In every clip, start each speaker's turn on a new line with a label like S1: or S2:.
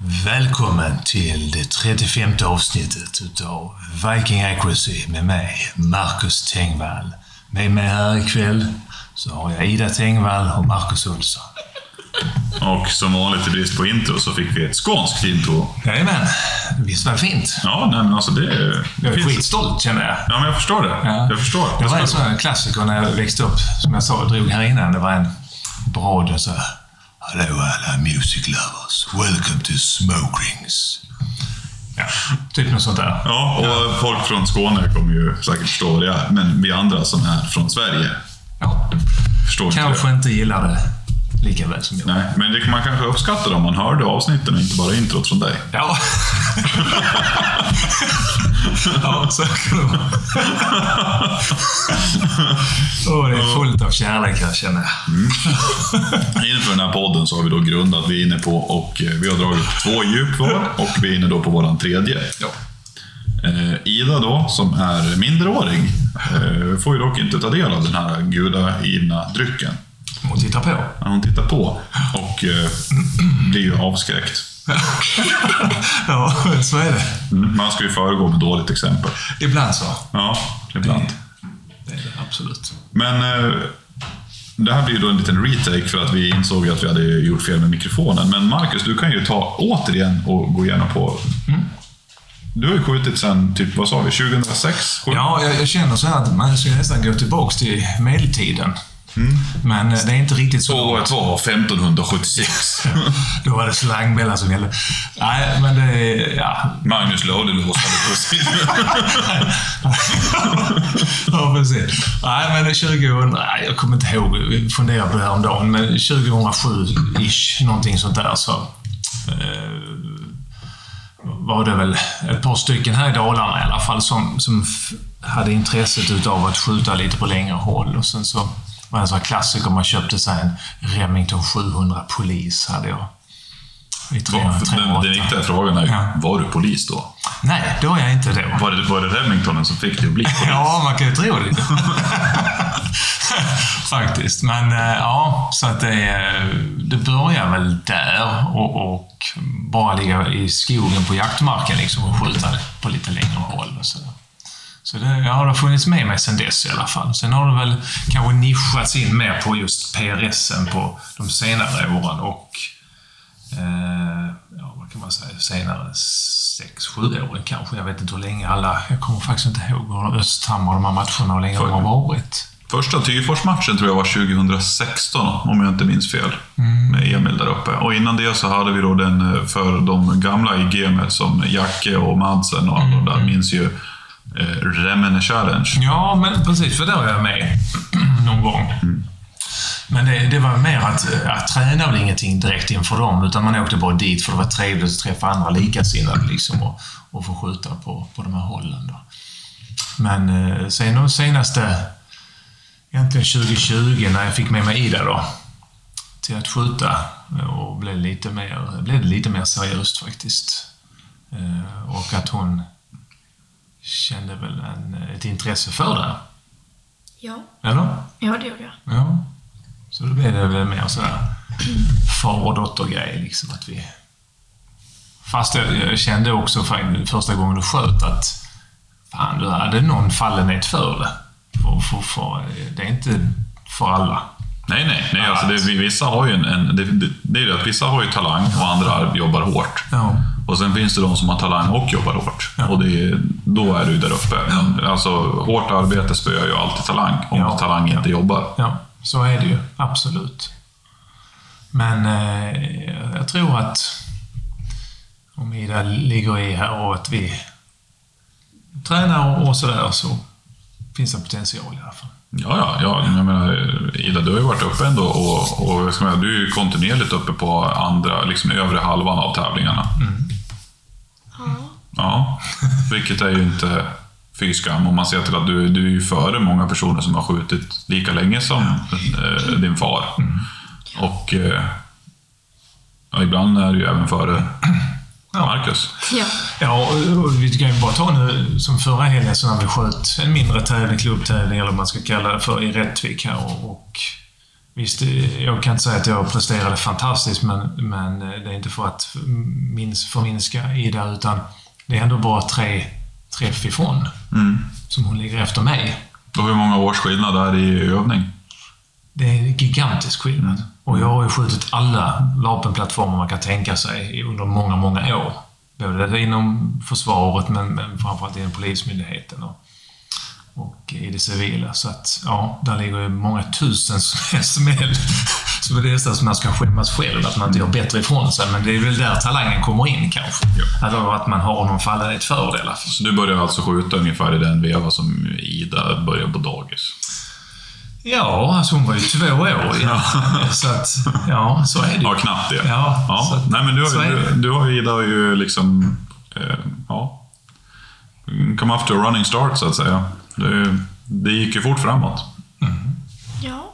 S1: Välkommen till det 35:e avsnittet utav Viking Accuracy med mig, Marcus Tengvall. Med mig här ikväll så har jag Ida Tengvall och Marcus Olsson.
S2: Och som vanligt i brist på intro så fick vi ett skånskt intro.
S1: Jajamän, visst var det fint?
S2: Ja, nej, men alltså det
S1: jag är skitstolt, känner jag.
S2: Ja, men jag förstår det.
S1: Ja.
S2: Jag förstår.
S1: Det var en sån klassiker när jag växte upp. Som jag sa, drog här innan. Det var en på radion så här: Hallå alla music lovers, welcome to Smoke Rings. Ja, typ något sånt där.
S2: Ja, och folk från Skåne kommer ju säkert förstå vad det är. Men vi andra som är från Sverige förstår
S1: kanske inte gillar det lika väl som jag.
S2: Nej, men det kan man kanske uppskatta om man hörde avsnitten och inte bara introt från dig.
S1: Ja. Ja, så kan det vara. Det är fullt av kärlek här, känner jag.
S2: Inför den här podden så har vi då grundat vi är inne på, och vi har dragit 2 djup kvar och vi är inne då på våran 3:e.
S1: Ja.
S2: Ida då, som är mindreårig, får ju dock inte ta del av den här gudagivna drycken.
S1: Hon tittar på.
S2: Ja, hon tittar på och blir ju avskräckt.
S1: Ja, så är det.
S2: Man ska ju föregå med dåligt exempel.
S1: Ibland så.
S2: Ja, ibland.
S1: Det är det, absolut.
S2: Men det här blir ju då en liten retake för att vi insåg att vi hade gjort fel med mikrofonen. Men Marcus, du kan ju ta återigen och gå igenom på... Du har ju skjutit sen, typ, vad sa vi, 2006?
S1: Ja, jag känner så här att man ska nästan gå tillbaka till medeltiden. Men det är inte riktigt så.
S2: Året var 1576.
S1: Då var det slangbällar som gällde. Nej, men det är... Ja.
S2: Magnus Lådelås hade på sig.
S1: Ja, precis. Nej, men 2000... Nej, jag kommer inte ihåg. Vi funderade på det här om dagen. Men 2007-ish, någonting sånt där, så... var det väl ett par stycken här i Dalarna i alla fall som hade intresset utav att skjuta lite på längre håll. Och sen så var det en sån här klassiker, man köpte sig en Remington 700 polis hade jag.
S2: Den viktiga frågan är, var du polis då?
S1: Nej, det var jag inte då.
S2: Var det Remingtonen som fick dig att bli polis?
S1: Ja, man kan ju tro det. Faktiskt. Men ja, så att det börjar väl där och bara ligga i skogen på jaktmarken liksom och skjuta på lite längre håll och sådär. Så det har funnits med mig sedan dess i alla fall. Sen har det väl kanske nischats in mer på just PRSen på de senare åren och vad kan man säga, senare 6-7 åren kanske. Jag vet inte hur länge jag kommer faktiskt inte ihåg Östhammar de här matcherna och länge de har varit.
S2: Första Tyfors-matchen tror jag var 2016 om jag inte minns fel, med Emil där uppe. Och innan det så hade vi då den för de gamla i gamet som Jacke och Madsen och alla där minns ju Remmene Challenge. Ja,
S1: men precis, för där var jag med någon gång. Men det var mer att träna väl ingenting direkt inför dem, utan man åkte bara dit för det var trevligt att träffa andra likasinnade liksom, och få skjuta på de här hållen då. Men sen de senaste, egentligen 2020, när jag fick med mig Ida då till att skjuta och blev det lite mer seriöst faktiskt. Och att hon kände väl ett intresse för det.
S3: Ja.
S1: Eller?
S3: Ja, det gjorde jag.
S1: Ja. Så då blev det väl mer sådär far och dotter-grej liksom, att vi... Fast jag kände också första gången du sköt att fan, du hade någon fallenhet för det. För det är inte för alla.
S2: Nej, alltså vissa har ju det är ju att vissa har ju talang och andra jobbar hårt.
S1: Ja.
S2: Och sen finns det de som har talang och jobbar hårt. Ja. Och då är du där uppe. Men, alltså, hårt arbete spöar ju alltid talang om talang inte jobbar.
S1: Ja, så är det ju. Absolut. Men jag tror att om Ida ligger i här och att vi tränar och sådär, så finns det potential i alla fall.
S2: Ja. Jag menar, Ida, du har ju varit uppe ändå och du är ju kontinuerligt uppe på andra, liksom övre halvan av tävlingarna. Ja, vilket är ju inte fyskam om man ser till att du är ju före många personer som har skjutit lika länge som din far. Och ibland är det ju även före Marcus.
S1: Ja, och vi kan ju bara ta nu som förra helgen så när vi sköt en mindre tävling, klubbtävling eller vad man ska kalla det för, i Rättvik här och visst, jag kan inte säga att jag presterade fantastiskt, men det är inte för att förminska Ida, utan det är ändå bara 3 träff ifrån som hon ligger efter mig.
S2: Och hur många års skillnad är det i övning?
S1: Det är en gigantisk skillnad. Och jag har ju skjutit alla vapenplattformar man kan tänka sig under många, många år. Både inom försvaret men framförallt inom polismyndigheten och i det civila. Så att, ja, där ligger ju många tusen smäll. Så det är nästan som man ska skämmas själv, att man inte gör bättre ifrån sig. Men det är väl där talangen kommer in kanske. Eller att man har någon fallenhet fördel.
S2: Så du börjar alltså skjuta ungefär i den veva som Ida började på dagis?
S1: Ja, alltså hon var ju 2 år. Ja. Så att, ja, så är det.
S2: Ja, knappt det.
S1: Ja. Så att,
S2: nej, men du har Ida ju liksom... come after a running start, så att säga. Det gick ju fort framåt.
S3: Ja.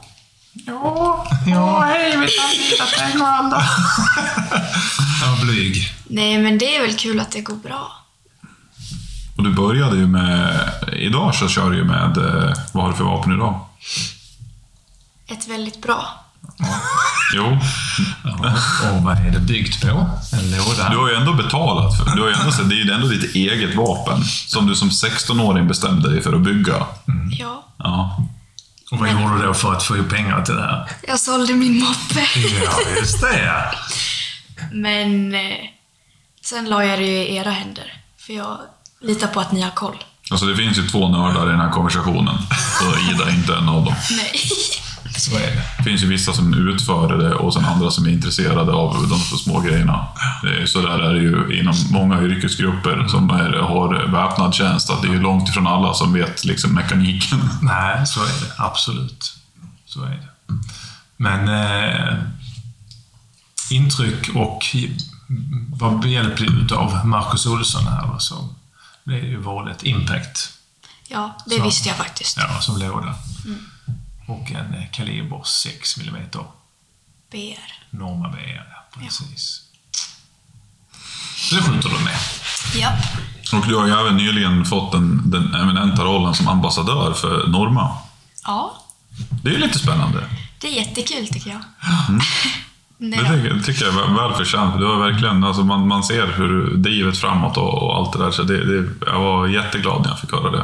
S1: Hej, vi tar lite pengar alla. Ja, blyg.
S3: Nej, men det är väl kul att det går bra.
S2: Och du började ju med... Idag så kör du ju med... vad har du för vapen idag?
S3: Ett väldigt bra.
S2: Jo.
S1: Och vad är det byggt på? En låda.
S2: Du har ju ändå betalat för, det är ju ändå ditt eget vapen som du som 16-åring bestämde dig för att bygga.
S3: Ja.
S1: Och vad gjorde du då för att få pengar till det här?
S3: Jag sålde min moppe.
S1: Ja, just det.
S3: Men sen la jag det i era händer. För jag litar på att ni har koll.
S2: Alltså det finns ju 2 nördar i den här konversationen. Och Ida är inte en av dem.
S3: Nej.
S1: Så är det.
S2: Det finns ju vissa som utför det och sen andra som är intresserade av de små grejerna. Så där är det ju inom många yrkesgrupper som har väpnad tjänst, att det är ju långt ifrån alla som vet liksom mekaniken.
S1: Nej, så är det. Absolut. Så är det. Men intryck och vad behjälpligt av Marcus Olsson här. Så det är ju valet Impact.
S3: Ja, det visste jag faktiskt.
S1: Ja, som låda. Och en kaliber 6 mm.
S3: BR.
S1: Norma BR, precis. Så det skjuter du med.
S3: Japp.
S2: Och du har ju även nyligen fått den eminenta rollen som ambassadör för Norma.
S3: Ja.
S2: Det är ju lite spännande. Det är
S3: jättekul tycker jag.
S2: Det tycker jag är väl förtjänt. Det var verkligen, alltså man ser hur drivet framåt och allt det där. Så jag var jätteglad när jag fick höra det.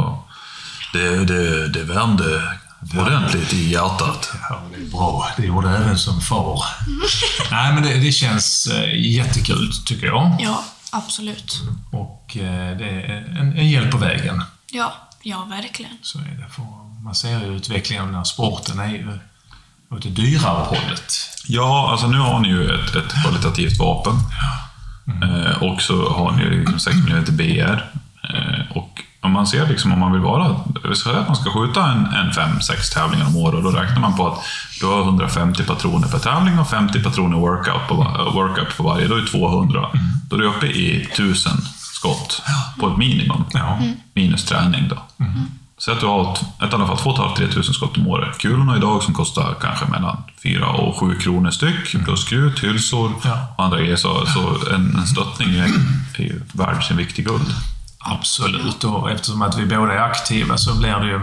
S2: Det vände ordentligt i hjärtat.
S1: Ja, det är bra. Det gjorde även som far. Nej, men det känns jättekul tycker jag.
S3: Ja, absolut.
S1: Och det är en hjälp på vägen.
S3: Ja, verkligen.
S1: Så är det. För man ser ju utvecklingen av den här sporten är ju åt det dyrare hållet.
S2: Ja, alltså nu har ni ju ett kvalitativt vapen. Och så har ni ju 6 mm BR. Och om man ser liksom, om man vill vara, vi ska säga att man ska skjuta en 5-6 tävlingar om året, och då räknar man på att du har 150 patroner per tävling och 50 patroner workout på varje, då är det 200. Då är du uppe i 1000 skott på ett minimum, minus träning då. Så att du har i alla fall 2-3 tusen skott om året. Kulorna idag som kostar kanske mellan 4 och 7 kronor styck, plus krut, hylsor och andra grejer, så en stöttning är ju värd sin viktig guld.
S1: Absolut, och eftersom att vi båda är aktiva så blir det ju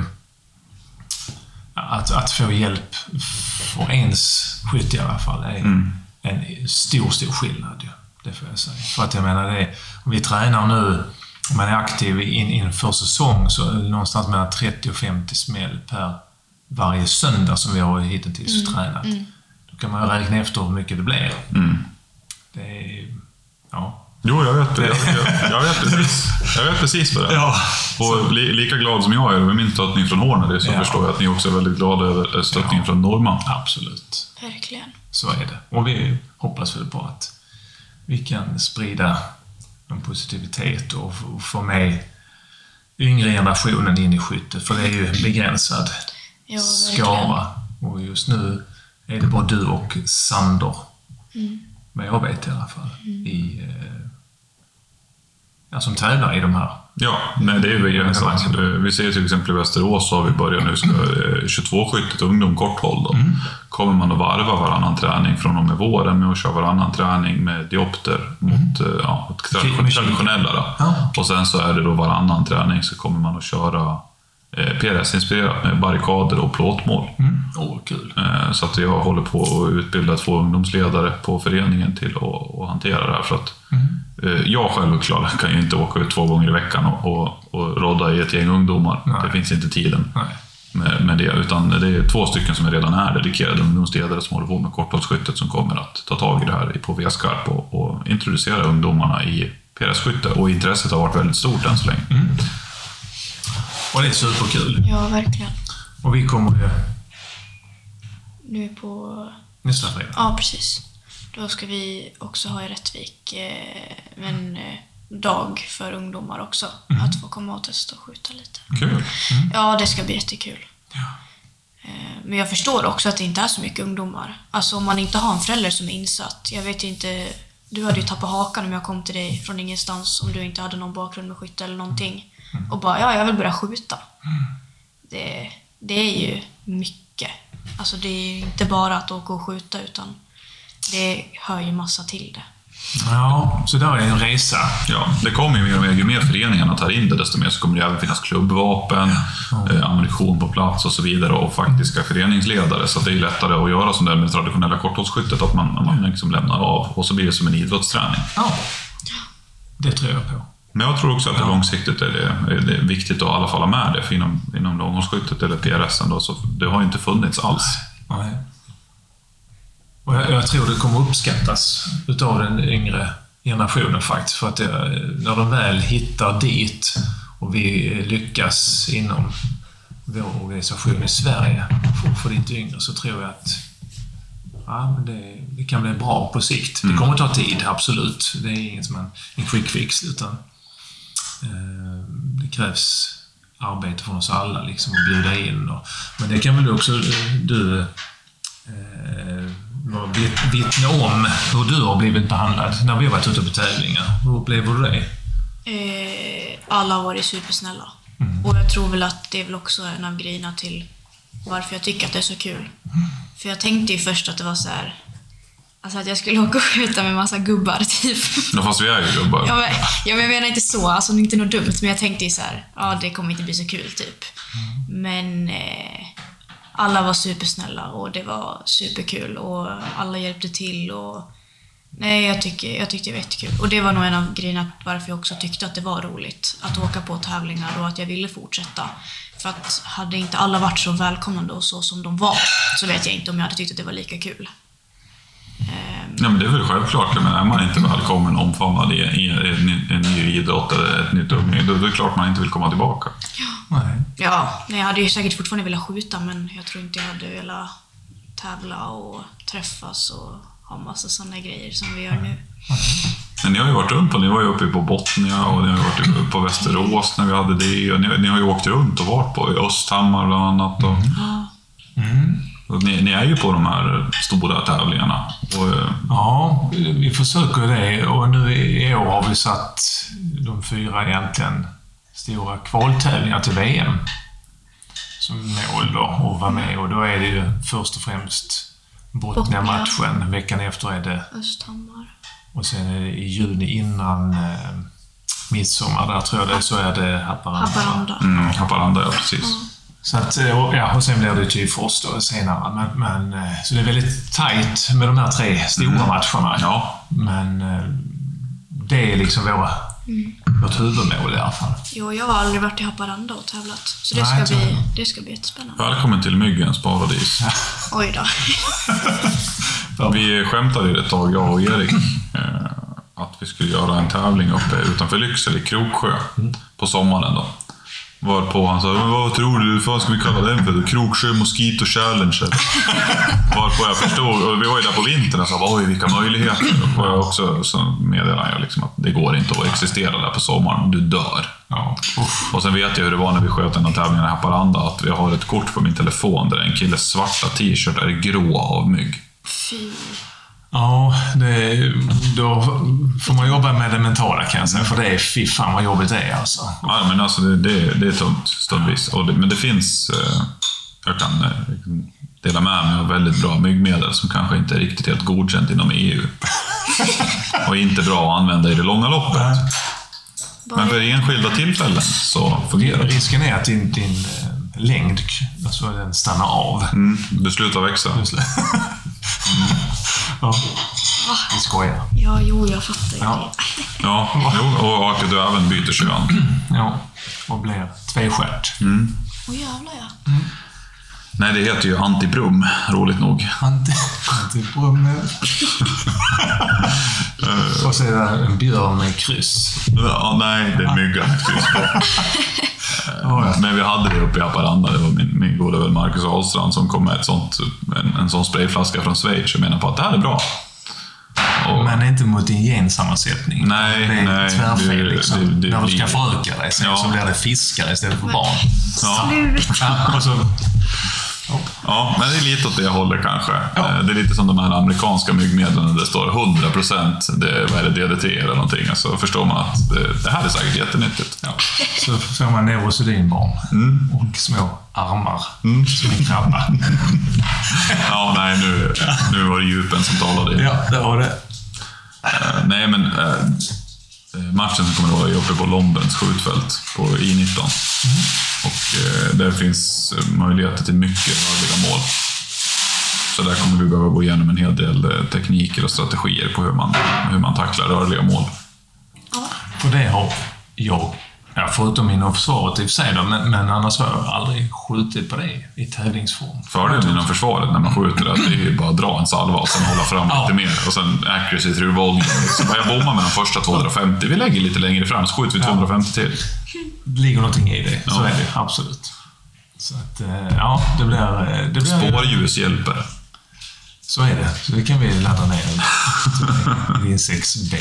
S1: att få hjälp för ens skytt i alla fall är en stor skillnad. Det får jag säga. För att jag menar, om vi tränar nu, om man är aktiv inför säsong, så är det någonstans mellan 30 och 50 smäll per varje söndag som vi har hittills tränat. Då kan man räkna efter hur mycket det blir. Det är, ja.
S2: Jo, jag vet precis vad det är. Ja, och lika glad som jag är över min stöttning från Hornady, så förstår jag att ni också är väldigt glada över stöttningen från Norma.
S1: Absolut.
S3: Verkligen.
S1: Så är det. Och vi hoppas väl på att vi kan sprida en positivitet och få med yngre generationen in i skyttet. För det är ju en begränsad skara. Och just nu är det bara du och Sander. Men jag vet i alla fall. Som tävlar i de här.
S2: Ja, nej, det är ju begränsat. Vi ser till exempel i Västerås, så har vi börjat nu 22-skyttet ungdom korthåll då. Kommer man att varva varannan träning från och med våren med att köra varannan träning med diopter mot traditionella då. Och sen så är det då varannan träning så kommer man att köra PRS-inspirerat med barrikader och plåtmål.
S1: Kul.
S2: Så att jag håller på att utbilda 2 ungdomsledare på föreningen till att hantera det här. För att jag självklart kan ju inte åka ut 2 gånger i veckan och rodda i ett gäng ungdomar. Nej. Det finns inte tiden med det. Utan det är 2 stycken som redan är dedikerade ungdomsledare som håller på med korthållsskyttet som kommer att ta tag i det här på V-skarp och introducera ungdomarna i PRS-skytte. Och intresset har varit väldigt stort än så länge.
S1: Och det är superkul.
S3: Ja, verkligen.
S1: Och vi kommer ju...
S3: Nu på...
S1: Nästa fredag.
S3: Ja, precis. Då ska vi också ha i Rättvik en dag för ungdomar också. Att få komma och testa och skjuta lite.
S2: Kul.
S3: Ja, det ska bli jättekul. Ja. Men jag förstår också att det inte är så mycket ungdomar. Alltså om man inte har en förälder som är insatt. Jag vet inte... Du hade ju tappat hakan om jag kom till dig från ingenstans. Om du inte hade någon bakgrund med skytte eller någonting. Och bara, jag vill börja skjuta. Det är ju mycket. Alltså det är inte bara att åka och skjuta utan det hör ju massa till det.
S1: Ja, så där är en resa.
S2: Ja, det kommer ju mer och mer. Ju mer föreningarna tar in det, desto mer så kommer det även finnas klubbvapen, ammunition på plats och så vidare och faktiska föreningsledare. Så det är lättare att göra som det med traditionella korthållsskyttet, att man liksom lämnar av och så blir det som en idrottsträning.
S1: Ja, det tror jag på.
S2: Men jag tror också att det långsiktigt är det viktigt att i alla fall ha med det för inom långhållsskyttet eller PRSen då, så det har ju inte funnits alls.
S1: Nej. Och jag tror det kommer uppskattas utav den yngre generationen faktiskt, för att när de väl hittar dit och vi lyckas inom vår organisation i Sverige för ditt yngre, så tror jag att men det kan bli bra på sikt. Det kommer att ta tid, absolut. Det är inget som en quick fix, utan det krävs arbete från oss alla liksom, att bjuda in. Men det kan väl också du vittna om hur du har blivit behandlad när vi har varit ute på tävlingar. Hur upplever du det?
S3: Alla har varit supersnälla. Och jag tror väl att det är väl också en av grejerna till varför jag tycker att det är så kul. För jag tänkte ju först att det var så här, alltså att jag skulle åka och skjuta med massa gubbar typ.
S2: Ja, fast vi är ju gubbar.
S3: Ja, men jag menar inte så, alltså inte något dumt, men jag tänkte ju så här, det kommer inte bli så kul typ. Men alla var supersnälla och det var superkul och alla hjälpte till och jag tyckte det var jättekul. Och det var nog en av grejerna varför jag också tyckte att det var roligt att åka på tävlingar och att jag ville fortsätta. För att hade inte alla varit så välkomnande och så som de var, så vet jag inte om jag hade tyckt att det var lika kul.
S2: Ja, men det är väl självklart, men är man inte välkommen omfamnad i en ny idrott eller ett nytt umgänge, då är det klart man inte vill komma tillbaka.
S3: Ja, jag hade ju säkert fortfarande velat skjuta, men jag tror inte jag hade velat tävla och träffas och ha massa sådana grejer som vi gör nu.
S2: Men ni har ju varit runt ni var ju uppe på Botnia och ni har varit uppe på Västerås när vi hade det, och ni har ju åkt runt och varit på Östhammar bland annat och... Och ni är ju på de här stora tävlingarna.
S1: Ja, vi försöker det. Och nu i år har vi satt de 4 egentligen stora kvaltävlingar till VM som mål då, och vara med. Och då är det ju först och främst Botnia-matchen. Veckan efter är det
S3: Östhammar.
S1: Och sen är det i juni innan midsommar, där tror jag det, så är det Haparanda.
S2: Haparanda, ja, precis.
S1: Så att, och sen blir det Tyfors då senare. Men, så det är väldigt tajt med de här 3 stora matcherna. Ja. Men det är liksom vårt huvudmål i alla fall.
S3: Jo, jag har aldrig varit i Haparanda och tävlat. Så det ska bli jättespännande.
S2: Välkommen till Myggens paradis.
S3: Oj då.
S2: Vi skämtade ju ett tag, jag och Erik, att vi skulle göra en tävling uppe utanför Lycksele i Kroksjö på sommaren då. Varpå han sa, vad tror du, vad ska vi kalla den för? Kroksjö Mosquito Challenge. Varpå jag förstod, och vi var ju där på vintern och sa, oj vilka möjligheter. Och jag också så meddelade jag liksom att det går inte att existera där på sommaren, du dör. Ja. Och sen vet jag hur det var när vi sköt en av tävlingarna i Haparanda, att jag har ett kort på min telefon där en killes svarta t-shirt är grå av mygg.
S3: Fy.
S1: Ja, då får man jobba med det mentala kan jag säga, för det är fy fan vad jobbigt det är alltså.
S2: Ja, men alltså det är tungt stundvis. Men det finns, jag kan dela med mig av väldigt bra myggmedel som kanske inte är riktigt helt godkänt inom EU. Och inte bra att använda i det långa loppet. Men för enskilda tillfällen så fungerar det.
S1: Risken är att din längd, alltså den stannar av.
S2: Du slutar växa.
S1: Ja. Vi skojar.
S3: Ja, jo, jag fattar ju det.
S2: Ja, och att du även byter kön.
S1: Ja, och blir tvestjärt.
S3: Åh jävlar, ja.
S2: Nej, det heter ju antibrum, roligt nog.
S1: Antibrum. Och så är det en björn med kryss.
S2: Ja, nej, det är mygga med kryss på. Men vi hade det uppe i Haparanda. Det var min gode vän Marcus Ahlstrand som kom med en sån sprayflaska från Schweiz och menade på att det här är bra.
S1: Men inte mot din gensammansättning.
S2: Nej,
S1: det är tvärfel liksom. När du ska
S2: blir...
S1: föröka dig så blir det fiskar istället för barn.
S3: Sluta!
S2: Ja, men det är lite åt det hållet kanske. Ja. Det är lite som de här amerikanska myggmedlen där det står 100%, vad är det, DDT eller någonting. Alltså förstår man att det här är säkert jättenyttigt. Ja.
S1: Så får man neurosedynbarn och små armar som en krabba.
S2: Ja, nej, nu var det djupen som talade.
S1: Ja, det var det.
S2: Nej, men matchen som kommer att vara uppe på Lomberns skjutfält på I-19. Och där finns möjligheter till mycket rörliga mål. Så där kommer vi behöva gå igenom en hel del tekniker och strategier på hur man tacklar rörliga mål.
S1: För det har jag, förutom inom försvaret i och för sig, men annars har jag aldrig skjutit på det i tävlingsform.
S2: Fördelen inom försvaret när man skjuter det är ju bara att dra en salva och sen hålla fram lite mer. Och sen accuracy through volume. Så jag bommar med de första 250. Vi lägger lite längre fram så skjuter vi 250 till.
S1: Det ligger någonting i det, så är det absolut. Så att, det blir
S2: spårljus hjälper.
S1: Så är det. Så det kan vi ladda ner i 6B.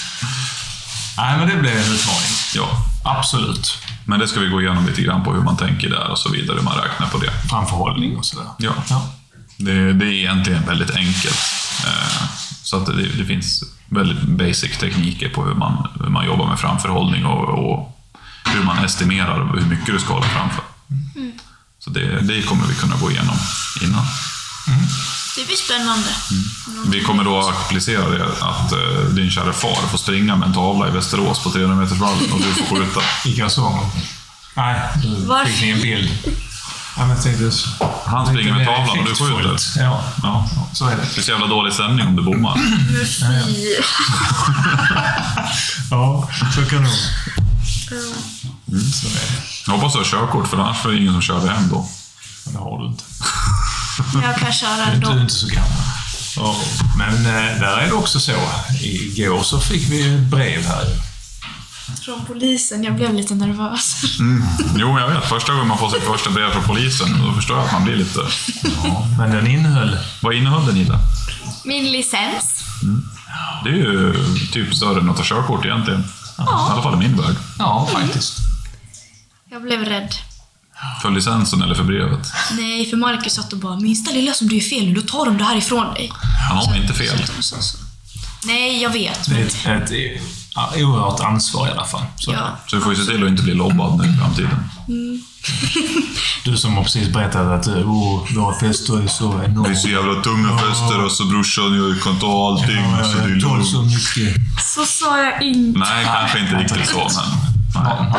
S1: Nej, men det blir en utmaning.
S2: Ja.
S1: Absolut.
S2: Men det ska vi gå igenom lite grann på hur man tänker där och så vidare, hur man räknar på det.
S1: Framförhållning och sådär.
S2: Ja. Det är egentligen väldigt enkelt. Så att det finns väldigt basic tekniker på hur man jobbar med framförhållning och hur man estimerar hur mycket du ska hålla framför. Så det kommer vi kunna gå igenom innan.
S3: Det blir spännande.
S2: Vi kommer då att applicera det att din kära far får springa med en tavla i Västerås på 300 meters vallen och du får skjuta.
S1: I kalsongen. Nej, du fick ni en bild.
S2: Han springer med tavlan och du skjuter.
S1: Ja, så är det.
S2: Det är så jävla dålig stämning om du bommar.
S1: Ja, så kan det så är det.
S2: Jag hoppas du har körkort, för annars är det ingen som kör dig hem då.
S1: Men det har du inte.
S3: Jag kan köra ändå.
S1: Du är inte så gammal. Men där är det också så. Igår så fick vi ett brev här.
S3: Från polisen. Jag blev lite nervös.
S2: Jo, jag vet. Första gången man får sitt första brev från polisen, då förstår jag att man blir lite...
S1: Ja, men den innehöll...
S2: Vad innehöll den, Ida?
S3: Min licens.
S2: Det är ju typ större än att ta körkort egentligen. I alla fall i min väg.
S1: Ja, faktiskt.
S3: Jag blev rädd.
S2: För licensen eller för brevet?
S3: Nej, för Marcus satt och bara, minsta lilla som du är fel nu, då tar de det här ifrån dig.
S2: Han har inte fel.
S3: Så. Nej, jag vet.
S1: Det är ett oerhört ansvar i alla fall. Så
S2: du får ju se till att inte bli lobbad nu i framtiden.
S1: Du som har precis berättat att våra fester är så enormt.
S2: Det är så jävla tunga fester och så brorsan, jag kan ta allting. Så det är lugnt.
S1: Så mycket.
S3: Så sa jag inte.
S2: Nej, kanske inte riktigt så, men...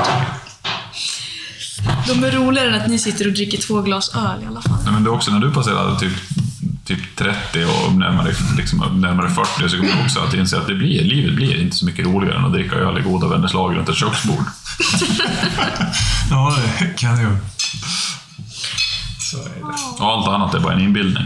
S3: De är roligare än att ni sitter och dricker 2 glas öl i alla fall.
S2: Nej, men det är också när du passerar typ 30 och närmare 40 så kommer du också att inse att livet blir inte så mycket roligare än att dricka öl i goda vänners lag runt ett köksbord.
S1: Ja, det kan jag. Så är det.
S2: Och allt annat är bara en inbildning.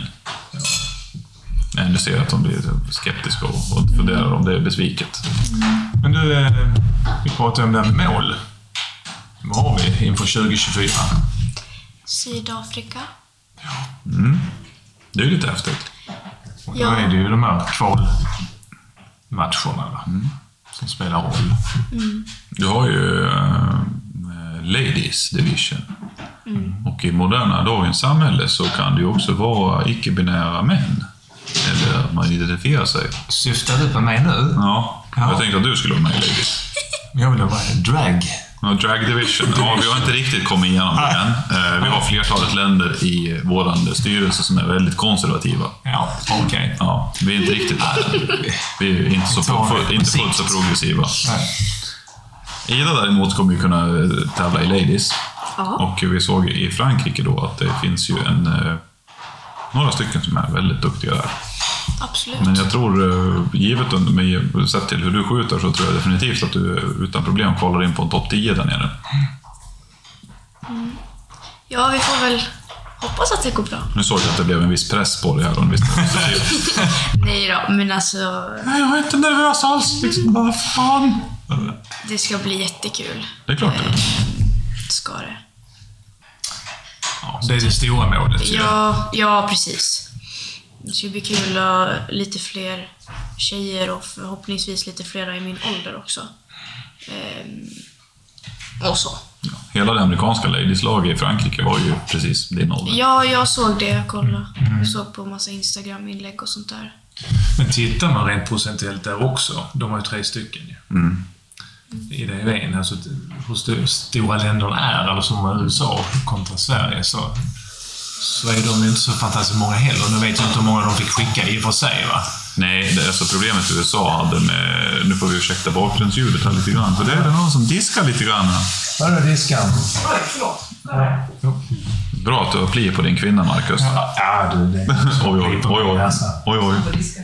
S2: Du ser att de blir skeptiska och funderar om det är besviket.
S1: Men du, vi pratar om det med mål. Vad har vi inför 2024?
S3: Sydafrika.
S2: Det är lite häftigt.
S1: Och då är det ju de här kvalmatcherna som spelar roll.
S2: Du har ju Ladies Division. Och i moderna dagens samhälle så kan det ju också vara icke-binära män. Eller att man identifierar sig.
S1: Syftar du på mig nu?
S2: Ja. Jag tänkte att du skulle vara med i Ladies.
S1: Jag vill vara drag.
S2: Drag Division. Ja, vi har inte riktigt kommit igenom det än. Vi har flertalet länder i vår styrelse som är väldigt konservativa.
S1: Ja, okej.
S2: Ja, vi är inte riktigt där. Vi är inte fullt så progressiva. Ida däremot kommer ju kunna tävla i Ladies.
S3: Ja.
S2: Och vi såg i Frankrike då att det finns ju några stycken som är väldigt duktiga där.
S3: Absolut.
S2: Men jag tror, givet med sett till hur du skjuter, så tror jag definitivt att du utan problem kollar in på en topp 10 där nere.
S3: Mm. Ja, vi får väl hoppas att det går bra.
S2: Nu såg jag att det blev en viss press på det här.
S3: Nej då, men alltså...
S2: Nej, jag är inte nervös alls. Liksom, vad fan?
S3: Det ska bli jättekul.
S2: Det är klart det.
S3: Ska det.
S1: Ja, det är det stora målet.
S3: Ja, precis. Det ska bli kul att lite fler tjejer och förhoppningsvis lite fler i min ålder också. Och så.
S2: Ja, hela det amerikanska ladies-laget i Frankrike var ju precis din ålder.
S3: Ja, jag såg det. Jag kollade. Jag såg på massa Instagram-inlägg och sånt där.
S1: Men tittar man rent procentuellt där också, de har ju 3 stycken ju. I det vägen, alltså hur stora länderna är, eller som USA kontra Sverige, så är de inte så fantastiskt många heller. Nu vet jag inte hur många de fick skicka i och för sig, va?
S2: Nej, det är alltså problemet USA hade med... Nu får vi ursäkta bakgrundsljudet här lite grann, för det är någon som diskar lite grann här.
S1: Vad är det diskan?
S2: Bra att du har pli på din kvinna, Marcus.
S1: Ja, du, det
S2: Oj.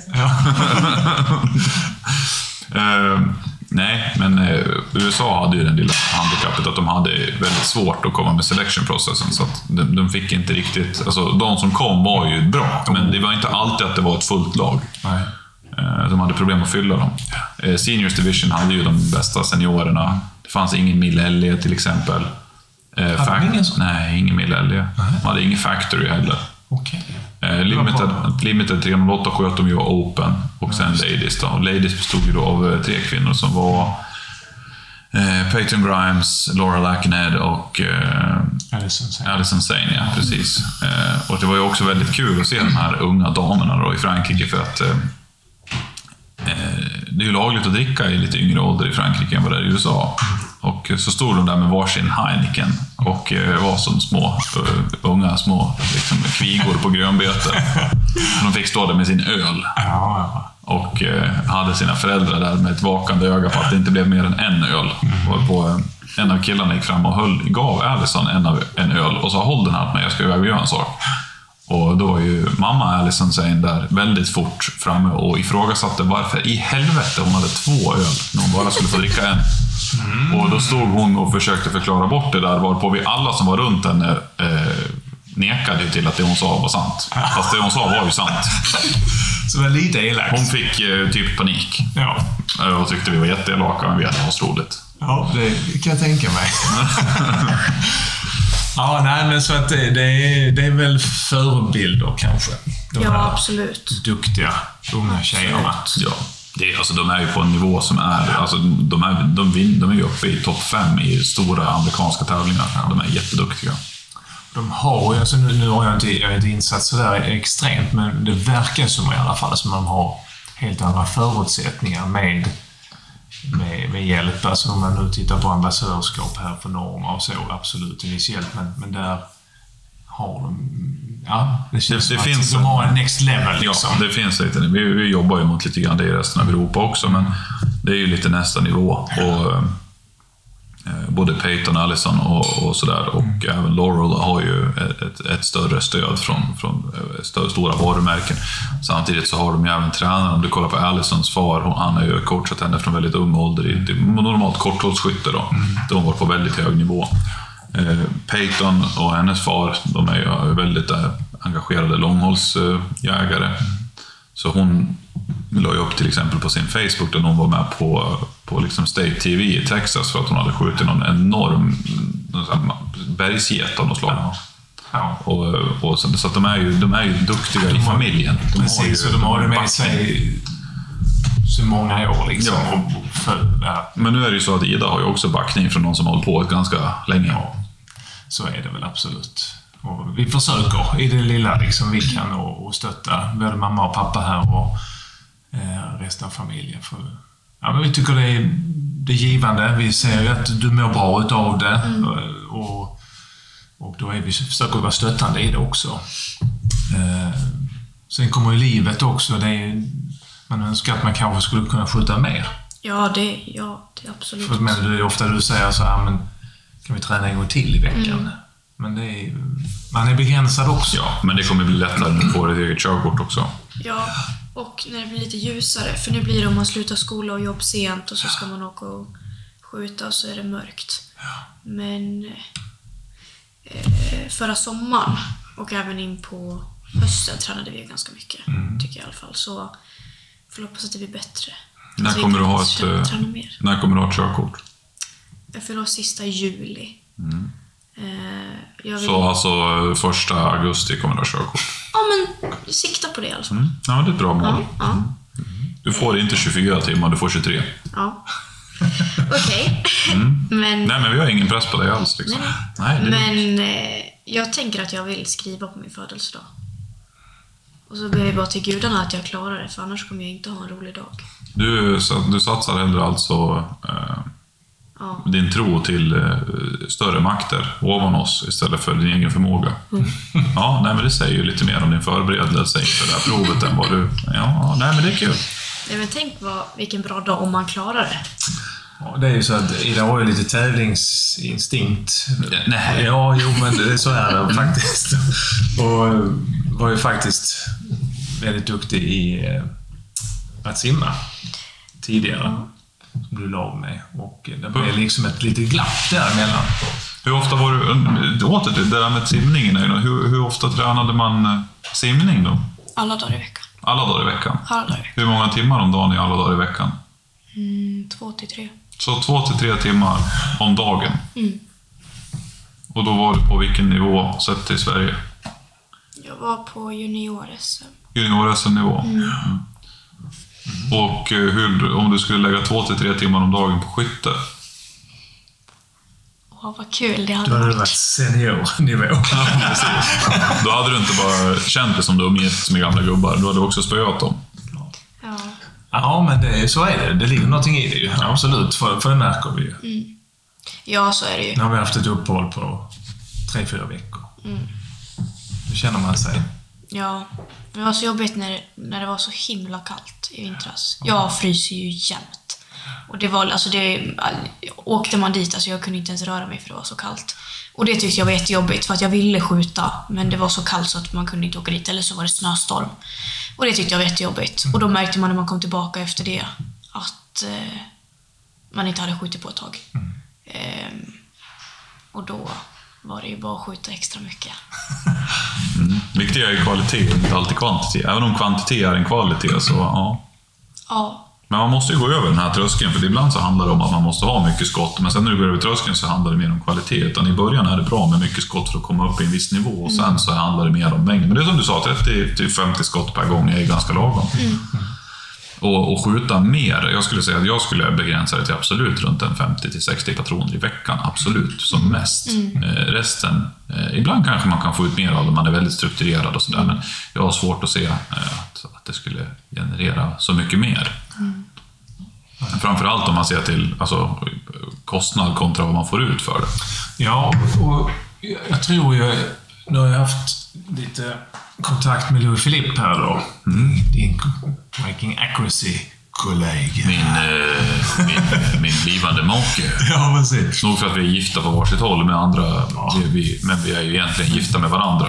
S2: Nej, men USA hade ju den lilla handikappet att de hade väldigt svårt att komma med selection-processen, så att de fick inte riktigt... Alltså, de som kom var ju bra, men det var inte alltid att det var ett fullt lag.
S1: Nej.
S2: De hade problem att fylla dem. Seniors Division hade ju de bästa seniorerna. Det fanns ingen Millellie till exempel. Nej, ingen Millellie. De hade ingen Factory heller.
S1: Okej.
S2: Limited 308 sköt de ju Open och sen Ladies då. Och Ladies bestod ju då av 3 kvinnor som var Peyton Grimes, Laura Lakenhead och Alison Sane, ja, precis. Och det var ju också väldigt kul att se de här unga damerna då i Frankrike, för att det är ju lagligt att dricka i lite yngre ålder i Frankrike än vad det är i USA. Och så stod de där med varsin Heineken och var som unga små liksom, kvigor på grönbete. De fick stå där med sin öl. Och hade sina föräldrar där med ett vakande öga på att det inte blev mer än en öl. Och en av killarna gick fram och gav Allison en öl och sa: håll den här med, jag ska iväg och göra en sak. Och då var ju mamma Allison Sane där väldigt fort framme och ifrågasatte varför i helvete hon hade 2 öl när hon bara skulle få dricka en. Och då stod hon och försökte förklara bort det där, varpå vi alla som var runt henne nekade ju till att det hon sa var sant. Fast det hon sa var ju sant.
S1: Så det var lite elakt.
S2: Hon fick typ panik.
S1: Ja.
S2: Och tyckte vi var jätteelaka, men vi hade asroligt.
S1: Ja, det kan jag tänka mig. Ja, nej, men så att det är väl förebilder kanske.
S3: Ja, absolut.
S1: Duktiga unga tjejerna.
S2: Ja. Alltså, de är ju på en nivå som är... Alltså, de är ju uppe i topp 5 i stora amerikanska tävlingar. De är jätteduktiga.
S1: De har ju... Alltså, nu har jag inte insatt sådär extremt, men det verkar som i alla fall som de har helt andra förutsättningar med hjälp. Alltså om man nu tittar på ambassadörskap här för Norma och så, absolut initiellt, men där har de... Ja, det känns
S2: det
S1: som
S2: finns
S1: att de har en next level liksom.
S2: Ja, det finns lite. Vi jobbar ju mot lite grann det i resten av Europa också, men det är ju lite nästa nivå. Och både Peyton, Allison och sådär, och även Laurel har ju ett större stöd från stora varumärken. Samtidigt så har de ju även tränare. Om du kollar på Allisons far, han har ju coachat henne från väldigt ung ålder i normalt korthållsskytte då. De var på väldigt hög nivå. Peyton och hennes far, de är ju väldigt engagerade långhållsjägare. Så hon la ju upp till exempel på sin Facebook där hon var med på liksom State TV i Texas för att hon hade skjutit någon enorm bergsget av något slag.
S1: Ja.
S2: Och så att de är ju duktiga i familjen.
S1: Precis, och de har det med sig så många år liksom.
S2: Ja. Men nu är det ju så att Ida har ju också backning från någon som har hållit på ganska länge.
S1: Ja, så är det väl absolut. Och vi försöker i det lilla liksom vi kan och stötta både mamma och pappa här och resten av familjen. Ja, men vi tycker det är givande. Vi ser ju att du mår bra utav det och då försöker vi vara stöttande i det också. Sen kommer ju livet också. Man önskar att man kanske skulle kunna skjuta mer.
S3: Ja, det är absolut.
S1: Men det är ofta du säger så här, men kan vi träna en gång till i veckan? Men man är begränsad också.
S2: Ja, men det kommer bli lättare när du får ett eget körkort också.
S3: Ja, och när det blir lite ljusare. För nu blir det om man slutar skola och jobb sent och så ska man åka och skjuta och så är det mörkt. Men förra sommaren och även in på hösten tränade vi ganska mycket, tycker jag i alla fall. Så får hoppas att det blir bättre.
S2: När kommer du ha ett körkort?
S3: Jag fyller sista juli.
S2: Så alltså 1 augusti kommer du ha körkort?
S3: Ja, men sikta på det i alla fall.
S2: Ja, det är ett bra mål.
S3: Ja.
S2: Du får inte 24 timmar, du får 23.
S3: Ja. Okej. Men...
S2: Nej, men vi har ingen press på dig alls. Liksom. Nej,
S3: men jag tänker att jag vill skriva på min födelsedag. Och så ber jag bara till gudarna att jag klarar det, för annars kommer jag inte ha en rolig dag.
S2: Du satsar hellre alltså din tro till större makter ovan oss istället för din egen förmåga. Ja, nej, men det säger ju lite mer om din förberedelse inför det här provet än vad du... Ja, nej, men det är kul.
S3: Nej, men tänk vilken bra dag om man klarar det.
S1: Ja, det är ju så att idag har ju lite tävlingsinstinkt.
S2: Nej.
S1: Ja, jo, men så är det faktiskt. Och var ju faktiskt väldigt duktig i att simma tidigare. Som du la med. Och det blev liksom ett litet glapp däremellan.
S2: Hur ofta var du... Åter till det där med simningen. Hur ofta tränade man simning då?
S3: Alla dagar i veckan.
S2: Alla dagar i veckan?
S3: Alla dagar i veckan.
S2: Hur många timmar om dagen i alla dagar i veckan?
S3: 2 till 3.
S2: Så 2 till 3 timmar om dagen? Och då var du på vilken nivå sett till Sverige?
S3: Jag var på junior-SM.
S2: Junior-SM-nivå? Och om du skulle lägga 2 till 3 timmar om dagen på skytte?
S3: Vad kul det hade
S1: varit. Då hade
S3: varit.
S1: det varit seniornivå.
S2: Ja, precis. Då hade du inte bara känt det som du umgåtts med gamla gubbar. Du hade också spöat dem.
S3: Ja.
S1: Ja, men så är det. Det ligger någonting i det ju. Absolut, för det märker vi ju.
S3: Ja, så är det ju.
S1: Nu har vi haft ett uppehåll på 3-4 veckor. Då känner man sig.
S3: Ja, det var så jobbigt när det var så himla kallt i vintras. Jag fryser ju jämt. Och det var, alltså åkte man dit, alltså jag kunde inte ens röra mig för det var så kallt. Och det tyckte jag var jättejobbigt för att jag ville skjuta, men det var så kallt så att man kunde inte åka dit, eller så var det snöstorm. Och det tyckte jag var jättejobbigt. Och då märkte man när man kom tillbaka efter det att man inte hade skjutit på ett tag. Och då var det ju bara att skjuta extra mycket.
S2: Viktigt är kvalitet, inte alltid kvantitet. Även om kvantitet är en kvalitet så
S3: Ja.
S2: Men man måste ju gå över den här tröskeln, för ibland så handlar det om att man måste ha mycket skott, men sen när du går över tröskeln så handlar det mer om kvalitet. Utan i början är det bra med mycket skott för att komma upp i en viss nivå, och sen så handlar det mer om mängd. Men det är som du sa, 30-50 skott per gång är ganska lagom. Och skjuta mer, jag skulle säga att jag skulle begränsa det till absolut runt en 50-60 patroner i veckan, absolut, som mest. Resten, ibland kanske man kan få ut mer av det, man är väldigt strukturerad och sådär, men jag har svårt att se att det skulle generera så mycket mer. Framförallt om man ser till kostnad kontra vad man får ut för det.
S1: Ja, och jag tror ju, nu har jag haft lite kontakt med Louis Philippe här då. Din Viking Accuracy-kollega.
S2: Min blivande make.
S1: Ja, precis.
S2: Nog för att vi är gifta på varsitt håll med andra, men vi är ju egentligen gifta med varandra.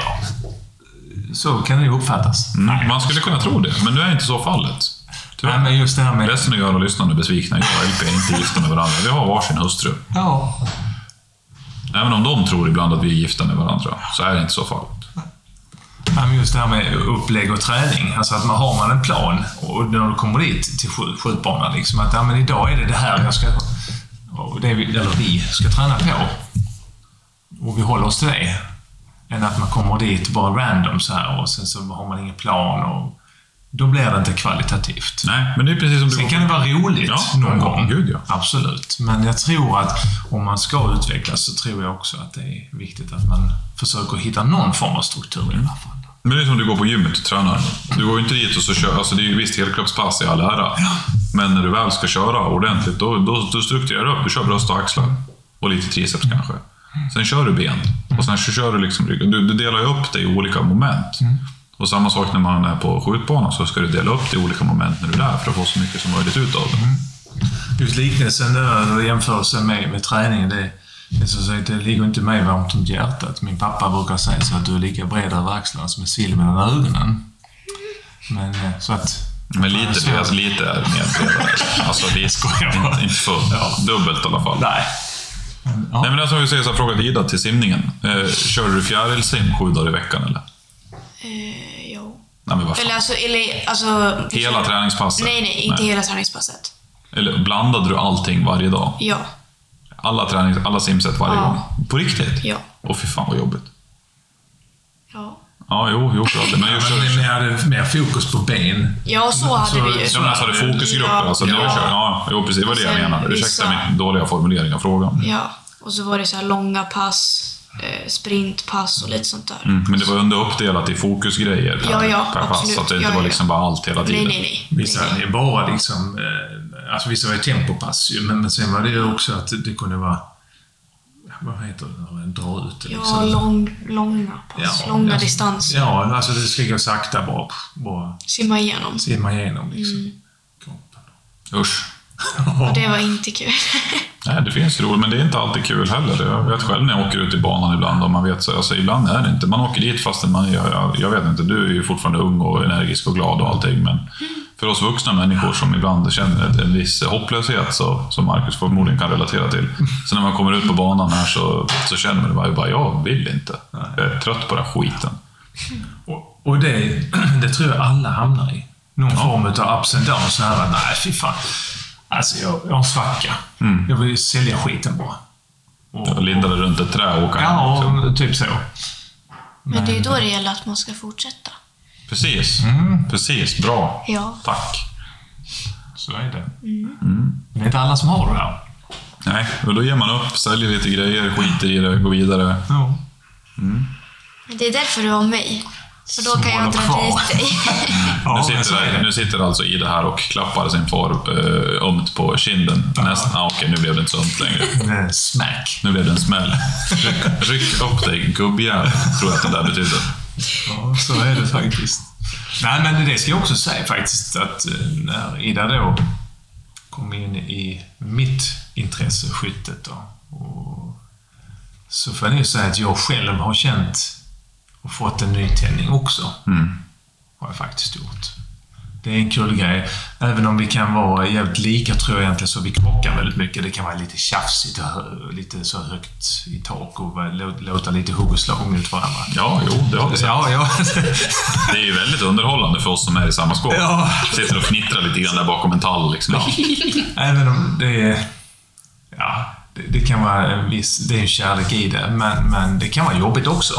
S1: Så kan det ju uppfattas.
S2: Man skulle kunna tro det, men nu är inte så fallet.
S1: Nej, men just det här med...
S2: Resten av lyssnarna är besvikna. Jag och LP är inte gifta med varandra. Vi har varsin hustru.
S1: Ja.
S2: Även om de tror ibland att vi är gifta med varandra, så är det inte så fallet.
S1: Ja, men just det här med upplägg och träning. Alltså att har man en plan och när du kommer dit till skjutbanan liksom, att men idag är det här jag ska... Och vi ska träna på. Och vi håller oss till det. Än att man kommer dit bara random så här och sen så har man ingen plan och då blir det inte kvalitativt.
S2: Nej, men det är precis som du...
S1: Sen kan det vara roligt någon gång.
S2: Gud, ja.
S1: Absolut. Men jag tror att om man ska utvecklas så tror jag också att det är viktigt att man försöker hitta någon form av struktur i alla fall.
S2: Men det är som du går på gymmet och tränar. Du går ju inte dit och så kör... Alltså det är ju visst helkroppspass i all ära. Ja. Men när du väl ska köra ordentligt, då strukturerar du upp. Du kör bröst och axlar. Och lite triceps kanske. Sen kör du ben. Och sen kör du liksom ryggen. Du delar ju upp det i olika moment. Och samma sak när man är på skjutbanan, så ska du dela upp det i olika moment när du är där för att få så mycket som möjligt ut av det.
S1: Just liknelsen där och jämförelsen med träningen, det är så att säga, det ligger inte mig varmt om hjärtat. Min pappa brukar säga så att du är lika bred över axlarna som ett sil mellan ögonen. Men så att...
S2: Men lite är mer bredare. Alltså det är inte för dubbelt i alla fall.
S1: Nej. Ja.
S2: Nej, men alltså, jag så frågade Ida till simningen. Kör du fjärilsim 7 dagar i veckan eller?
S3: Jo.
S2: Nej, men varför?
S3: Alltså
S2: hela träningspasset?
S3: Nej, inte hela träningspasset.
S2: Eller blandade du allting varje dag?
S3: Ja.
S2: Alla simset varje gång? På riktigt?
S3: Ja.
S2: Åh fy fan vad jobbigt.
S3: Ja.
S2: Ja, jo, för det. Men
S1: ni hade mer fokus på ben.
S3: Ja, så hade vi ju.
S2: Ja, men alltså det fokusgrupper. Alltså, jo, precis, det var det jag menade. Ursäkta min dåliga formulering av frågan.
S3: Ja, och så var det så här långa pass, sprintpass och lite sånt där.
S2: Men det var ändå uppdelat i fokusgrejer per pass, så att det inte var liksom bara allt hela tiden.
S3: Nej.
S1: Vissa är bara liksom... Alltså vissa var ju tempopass ju, men sen var det ju också att det kunde vara... Vad heter det? Dra ut det, liksom.
S3: Ja, långa pass, långa distanser.
S1: Ja, alltså det ska gå sakta bara
S3: simma igenom
S1: liksom.
S2: Usch.
S3: Och det var inte kul.
S2: Nej, det finns roligt, men det är inte alltid kul heller. Jag vet själv när jag åker ut i banan ibland, och man vet så, alltså ibland är det inte. Man åker dit fastän jag vet inte, du är ju fortfarande ung och energisk och glad och allting, men för oss vuxna människor som ibland känner en viss hopplöshet, som Marcus förmodligen kan relatera till. Så när man kommer ut på banan här så känner man bara, jag vill inte. Jag är trött på den skiten.
S1: Och det tror jag alla hamnar i. Någon form av ups and downs. Så här, nej, fy fan. Alltså, jag har en svacka. Jag vill sälja skiten bara.
S2: Och lindade runt ett trä och åka
S1: hem. Ja, typ så.
S3: Men det är ju då det gäller att man ska fortsätta.
S2: Precis, bra.
S3: Ja.
S2: Tack.
S1: Så är det. Men det är inte alla som har det här.
S2: Nej, och då ger man upp, säljer lite grejer, skiter i det, går vidare.
S1: Ja.
S3: Men det är därför du har mig. För då kan jag dra dit dig.
S2: Nu sitter alltså Ida här och klappar sin far ömt på kinden. Okej, nu blev det inte så ömt längre.
S1: Smack.
S2: Nu blev det en smäll. Ryck upp dig, gubbjävel, tror jag att det där betyder.
S1: Ja, så är det faktiskt. Nej, men det ska jag också säga faktiskt, att när Ida då kom in i mitt intresse, skyttet då, och så får jag ju säga att jag själv har känt och fått en nytändning också. Har jag faktiskt gjort. Det är en kul grej. Även om vi kan vara jävligt lika, tror jag egentligen, så vi krockar väldigt mycket. Det kan vara lite tjafsigt och lite så högt i tak och låta lite hugg och slag mot varandra.
S2: Ja, jo, det har vi sett.
S1: Ja.
S2: Det är ju väldigt underhållande för oss som är i samma skåp.
S1: Ja.
S2: Sitter och fnittrar lite grann där bakom en tall liksom.
S1: Även om det är... Ja, det kan vara en viss... Det är en kärlek i det, men det kan vara jobbigt också.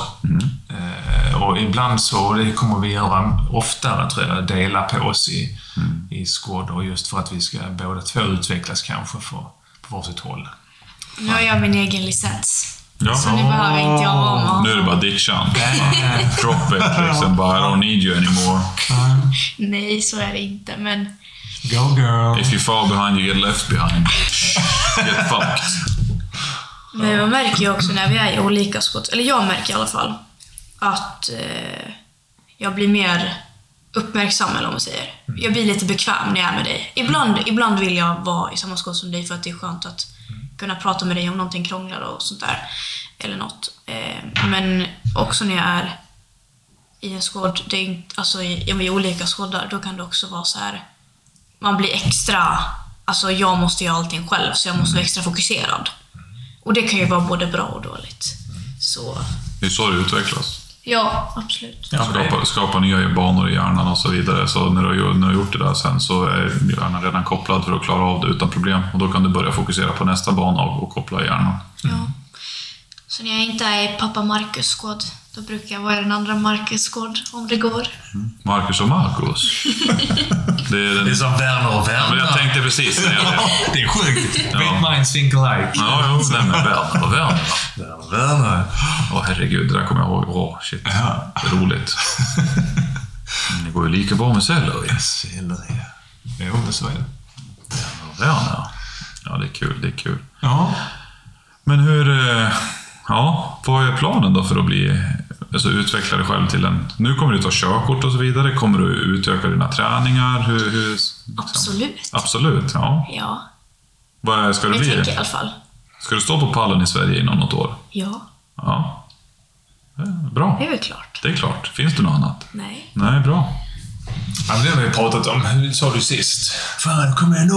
S1: Och ibland så, det kommer vi göra oftare, tror jag, dela på oss i skådor, just för att vi ska båda två utvecklas kanske på varsitt håll.
S3: Nu har jag min egen licens.
S2: Ja.
S3: Så nu behöver inte jag vara med.
S2: Nu är det bara ditchan. Drop it, liksom. Bara, I don't need you anymore.
S3: Nej, så är det inte, men...
S1: Go girl.
S2: If you fall behind, you get left behind. Get fucked.
S3: Men man märker ju också när vi är i olika skott, eller jag märker i alla fall, att jag blir mer uppmärksam, eller om man säger. Jag blir lite bekväm när jag är med dig. Ibland vill jag vara i samma skott som dig, för att det är skönt att kunna prata med dig om någonting krånglar och sånt där. Eller något. Men också när jag är i en skåd, det är inte, alltså i olika skådar, då kan det också vara så här. Man blir extra, alltså jag måste göra allting själv, så jag måste vara extra fokuserad. Och det kan ju vara både bra och dåligt. Så.
S2: Det är så det utvecklas.
S3: Ja, absolut.
S1: Ja,
S2: Skapa nya banor i hjärnan och så vidare. Så när du har gjort det där sen, så är hjärnan redan kopplad för att klara av det utan problem. Och då kan du börja fokusera på nästa bana och koppla hjärnan.
S3: Ja. Så när jag inte är i pappa Marcus skåd, då brukar jag vara i den andra Marcus skåd, om det går.
S2: Marcus och Marcus. Det är
S1: som Werner och Werner.
S2: Ja, men jag tänkte precis säga det.
S1: Det är sjukt. Great minds think alike.
S2: Ja, nej, men Werner och Werner.
S1: Werner.
S2: Herregud, det där kommer jag ihåg. Shit, det är roligt. Det går ju lika bra med selleri.
S1: Selleri. Jo, det så är det.
S2: Werner. Ja, det är kul.
S1: Ja.
S2: Men vad är planen då för att bli, alltså utveckla dig själv till en... Nu kommer du ta körkort och så vidare. Kommer du utöka dina träningar? Hur
S3: Absolut.
S2: Absolut, ja.
S3: Ja.
S2: Vad ska du bli?
S3: Jag tänker i alla fall.
S2: Ska du stå på pallen i Sverige inom något år?
S3: Ja.
S2: Ja. Bra.
S3: Det är väl klart.
S2: Det är klart. Finns det något annat?
S3: Nej.
S2: Nej, bra.
S1: Ja, men det har vi pratat om. Hur sa du sist? Fan, kommer jag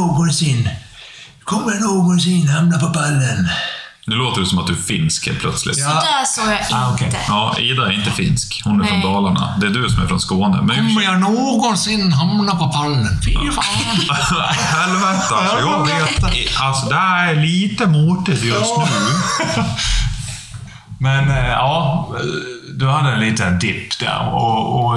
S1: någonsin hamna på pallen?
S2: Nu låter det som att du är finsk helt plötsligt.
S3: Så där sa jag inte.
S1: Okay.
S2: Ja, Ida är inte finsk. Hon är från Dalarna. Det är du som är från Skåne. Men
S1: kommer jag någonsin hamna på pallen? Fy fan.
S2: helvete, alltså. Jag vet. Alltså, det är lite motigt just nu.
S1: Men ja, du hade en liten dipp där. Och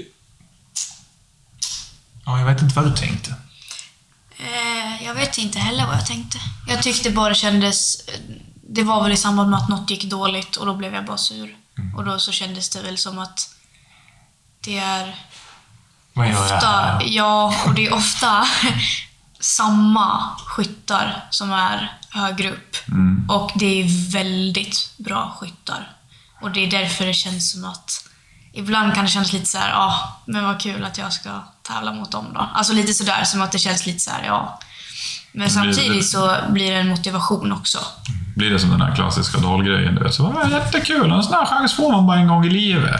S1: ja, jag vet inte vad du tänkte.
S3: Jag vet inte heller vad jag tänkte. Jag tyckte bara kändes... Det var väl i samband med att något gick dåligt och då blev jag bara sur. Och då så kändes det väl som att det är ofta... Ja, och det är ofta samma skyttar som är högre upp. Och det är väldigt bra skyttar. Och det är därför det känns som att... Ibland kan det kännas lite så här, men vad kul att jag ska tävla mot dem då. Alltså lite sådär, som att det känns lite så här, ja. Men samtidigt så blir det en motivation också.
S2: Blir det som den här klassiska dalgrejen, du vet. Så var det jättekul, en sån här chans får man bara en gång i livet.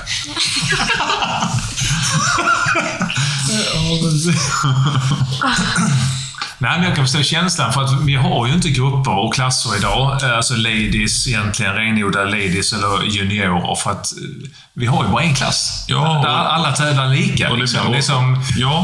S1: Nej, men jag kan förstå känslan, för att vi har ju inte grupper och klasser idag, alltså ladies egentligen, renodlade ladies eller juniorer, för att vi har ju bara en klass.
S2: Ja,
S1: där alla tävlar lika.
S2: Och
S1: liksom. Det är som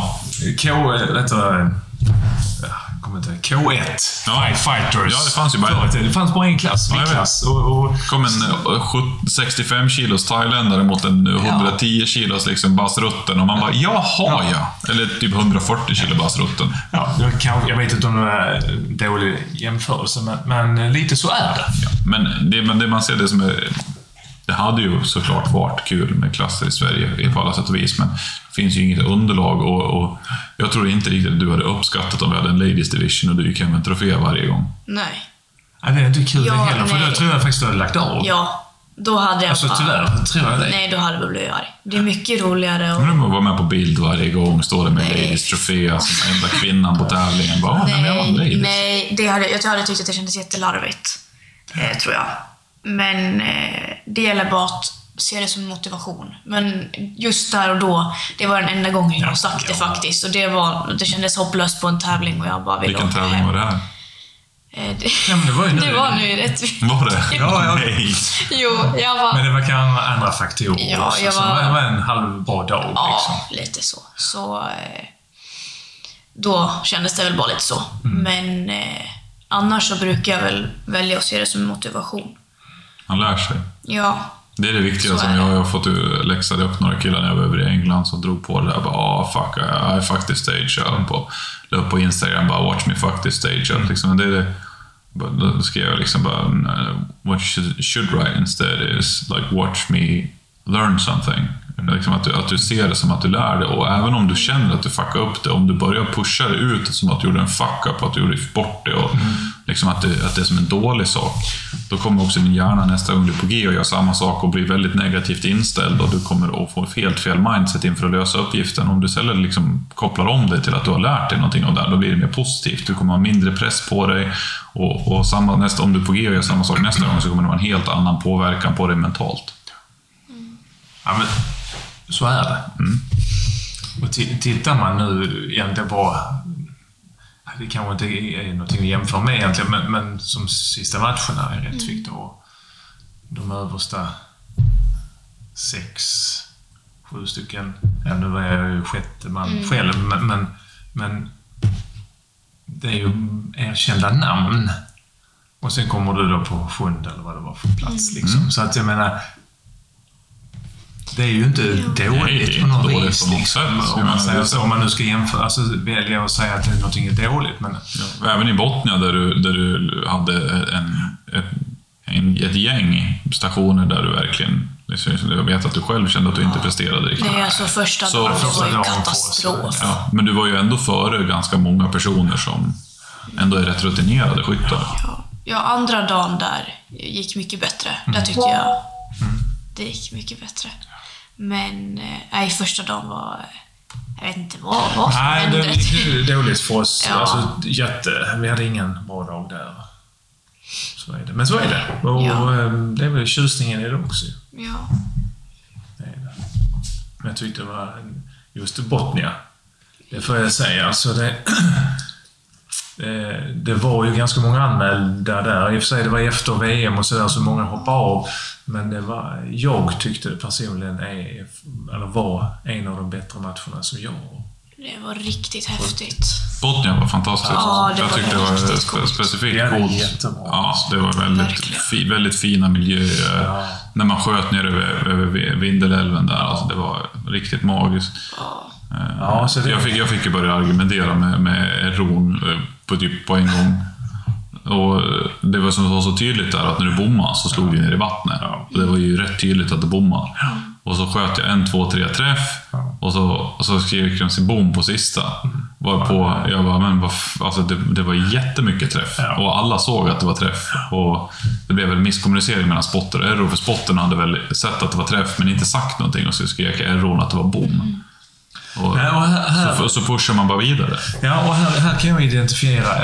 S1: K1, Fighters.
S2: Ja, det fanns ju bara
S1: det fanns bara en klass. Och
S2: kom en 65 kilos thailändare mot en 110 kilos liksom basrutten och man bara, jaha ja. Eller typ 140 kilo basrutten.
S1: Ja, jag vet inte om det är en dålig jämförelse, men lite så är det.
S2: Ja, men det man ser, det som är... Det hade ju såklart varit kul med klasser i Sverige på alla sätt och vis, men det finns ju inget underlag och jag tror inte riktigt att du hade uppskattat om vi hade en Ladies Division och du gick hem med en trofé varje gång.
S3: Nej.
S1: Ja, det är inte kul heller, för då tror jag faktiskt att du hade lagt av.
S3: Ja, då hade jag
S1: alltså tyvärr, tror jag det.
S3: Nej, då hade jag blivit arg. Det är mycket roligare
S2: Men du var med på bild varje gång, står det med Ladies trofé, som enda kvinnan på tävlingen. Bara,
S3: nej, jag hade tyckt att det kändes jättelarvigt. Tror jag. Men det gäller bara att se det som motivation. Men just där och då, det var den enda gången jag har sagt det faktiskt. Och det kändes hopplöst på en tävling och jag bara ville
S2: Vilken tävling var det här?
S1: Men det var ju nu.
S3: Det var nu rätt.
S2: Var det?
S1: Ja.
S2: Nej.
S3: Jo, jag var...
S1: Men det var kanske andra faktorer.
S3: Ja,
S1: också, så det var en halvbra dag.
S3: Ja,
S1: liksom.
S3: lite så. Så då kändes det väl bara lite så. Men annars så brukar jag väl välja att se det som motivation.
S2: Han lär sig.
S3: Ja.
S2: Det är det viktiga som jag har fått läxade upp några killar när jag var över i England som drog på det där. Bara, fuck, I fuck this stage. La upp på Instagram, bara watch me fuck this stage. Liksom, det är det. Då skrev jag liksom bara, what you should write instead is like watch me learn something. Liksom att du ser det som att du lär det, och även om du känner att du fuckar upp det, om du börjar pusha det ut som att du gjorde en fuck-up, att du gjorde bort det och liksom att det är som en dålig sak, då kommer också din hjärna nästa gång du är på G och gör samma sak och blir väldigt negativt inställd, och du kommer att få helt fel mindset inför att lösa uppgiften. Om du istället liksom kopplar om det till att du har lärt dig någonting av det, då blir det mer positivt. Du kommer ha mindre press på dig, och om du är på G och gör samma sak nästa gång, så kommer det vara en helt annan påverkan på dig mentalt.
S1: Ja, men så är det. Och tittar man nu egentligen på, det kanske inte är någonting att jämföra med egentligen, men som sista matcherna är rätt viktigt, och de översta 6-7 stycken, nu var jag ju sjätte man själv, men det är ju erkända namn, och sen kommer du då på 7:e eller vad det var för plats liksom. Så att jag menar, det är ju inte dåligt på något vis. Liksom, om man nu ska jämföra, alltså välja att säga att någonting är dåligt. Men...
S2: Ja, även i Botnia där du hade ett gäng stationer där du verkligen... Jag vet att du själv kände att du inte presterade riktigt.
S3: Nej, alltså första dagen var ju katastrof.
S2: Ja, men du var ju ändå före ganska många personer som ändå är rätt rutinerade skyttar.
S3: Ja, andra dagen där gick mycket bättre. Där tyckte jag det gick mycket bättre. Men första dagen var Jag vet inte vad som
S1: Nej,
S3: hände.
S1: det är dåligt för oss.
S3: Ja.
S1: Alltså, vi hade ingen bra dag där. Så är det. Men så är det. Och det är väl tjusningen i det också.
S3: Ja.
S1: Det är det. Men jag tyckte det var just Botnia. Det får jag säga. Alltså det var ju ganska många anmälda där. I och för sig, det var efter VM och sådär, så många hoppade av. Men jag tyckte personligen var en av de bättre matcherna som jag.
S3: Det var riktigt häftigt.
S2: Botnia var fantastiskt.
S3: Ja,
S2: jag tyckte det var specifikt coolt. Ja, det var väldigt fina miljöer.
S1: Ja.
S2: När man sköt ner över Vindelälven där. Alltså, det var riktigt magiskt.
S1: Ja, så
S2: jag fick ju börja argumentera med Ron på en gång. Och det var som var så tydligt där att när du bommade så slog du ner i vattnet.
S1: Ja.
S2: Och det var ju rätt tydligt att du bommade. Ja. Och så sköt jag 1, 2, 3 träff. Ja. Och så skrek de sin bom på sista. Jag bara, men alltså det var jättemycket träff. Ja. Och alla såg att det var träff. Och det blev väl misskommunicering mellan spotter och Erro. För spotten hade väl sett att det var träff men inte sagt någonting. Och så skrek Erron att det var bom. Och så pushar man bara vidare.
S1: Ja, och här kan jag identifiera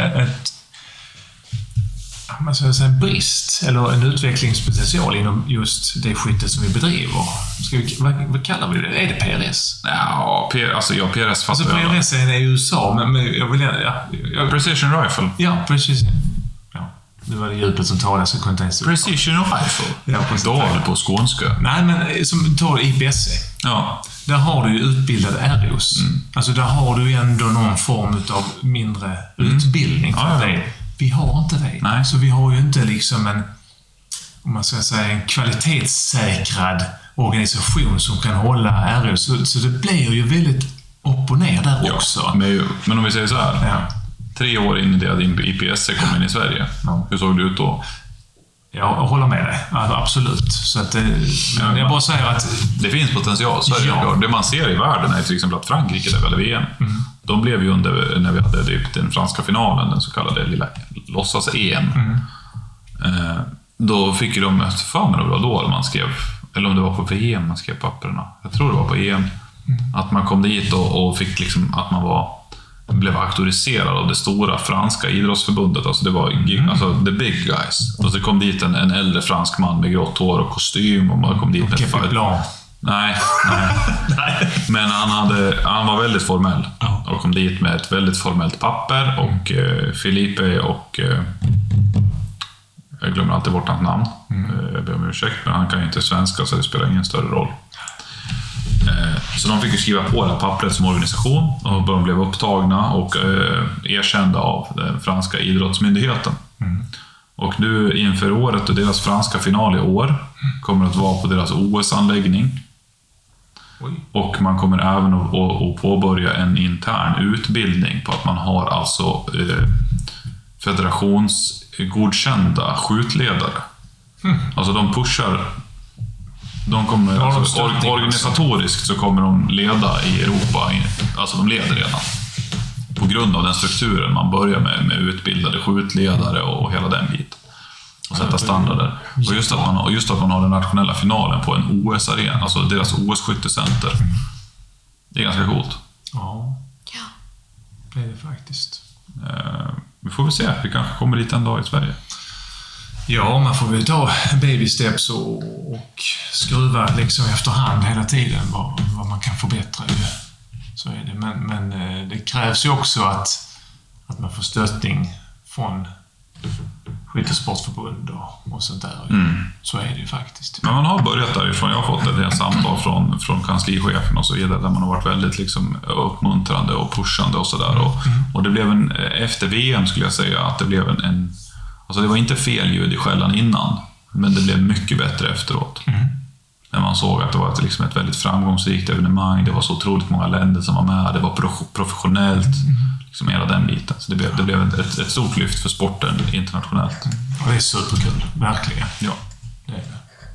S1: en brist eller en utvecklingspotential inom just det skyttet som vi bedriver. Vad kallar vi det? Är det PRS?
S2: Ja, PRS fattar jag.
S1: PRS är i USA, men jag vill...
S2: Precision Rifle.
S1: Ja, Precision. Ja, nu var det djupet som talade, så kunde jag inte...
S2: Precision Rifle?
S1: Ja, precis.
S2: Då är det på skånska.
S1: Nej, men som tar IPSC.
S2: Ja.
S1: Där har du ju utbildade ROs. Alltså där har du ju ändå någon form av mindre utbildning för det. Vi har inte det.
S2: Nej.
S1: Så vi har ju inte liksom en kvalitetssäkrad organisation som kan hålla ROs. Så det blir ju väldigt upp och ner där också.
S2: Men om vi säger så här.
S1: Ja.
S2: 3 år in i det att IPSC kom in i Sverige. Ja. Hur såg det ut då?
S1: Jag håller med dig. Alltså, absolut. Så att jag bara säger att...
S2: Det finns potential. Så det man ser i världen är till exempel att Frankrike där väl VM. De blev ju när vi hade den franska finalen, den så kallade lilla låtsas-EM. Då fick ju de för mig då man skrev, eller om det var på VM man skrev papperna. Jag tror det var på EM. Att man kom dit och fick liksom att man blev auktoriserad av det stora franska idrottsförbundet. Alltså det var alltså the big guys. Och så kom dit en äldre fransk man med grått hår och kostym, och man kom dit med Nej. Men han var väldigt formell och kom dit med ett väldigt formellt papper, och Filipe och jag glömmer alltid bort hans namn. Jag ber om ursäkt, men han kan ju inte svenska, så det spelar ingen större roll. Så de fick ju skriva på det här pappret som organisation, och de blev upptagna och erkända av den franska idrottsmyndigheten. Och nu inför året och deras franska final i år kommer att vara på deras OS-anläggning. Och man kommer även att påbörja en intern utbildning på att man har alltså federationsgodkända skjutledare. Alltså de pushar. De kommer organisatoriskt så kommer de leda i Europa. Alltså de leder redan. På grund av den strukturen man börjar med utbildade skjutledare och hela den biten. Och sätta standarder. Och just att man har den nationella finalen på en OS-arena, alltså deras OS-skyttecenter. Det är ganska coolt.
S1: Ja, det är det faktiskt.
S2: Vi får väl se, vi kanske kommer dit en dag i Sverige.
S1: Ja, man får väl ta baby steps och skruva liksom efterhand hela tiden vad man kan förbättra. Så är det. Men det krävs ju också att man får stöttning från Skyttesportförbund och sånt där. Så är det ju faktiskt.
S2: Men man har börjat därifrån. Jag har fått ett samtal från kanslichefen och så vidare, där man har varit väldigt liksom uppmuntrande och pushande och sådär. Och det blev efter VM skulle jag säga att det blev alltså det var inte fel ljud i skällan innan, men det blev mycket bättre efteråt. När man såg att det var liksom ett väldigt framgångsrikt evenemang, det var så otroligt många länder som var med, det var professionellt, liksom hela den biten. Så det blev ett stort lyft för sporten internationellt.
S1: Och det är superkul, verkligen.
S2: Ja.
S1: Det är det.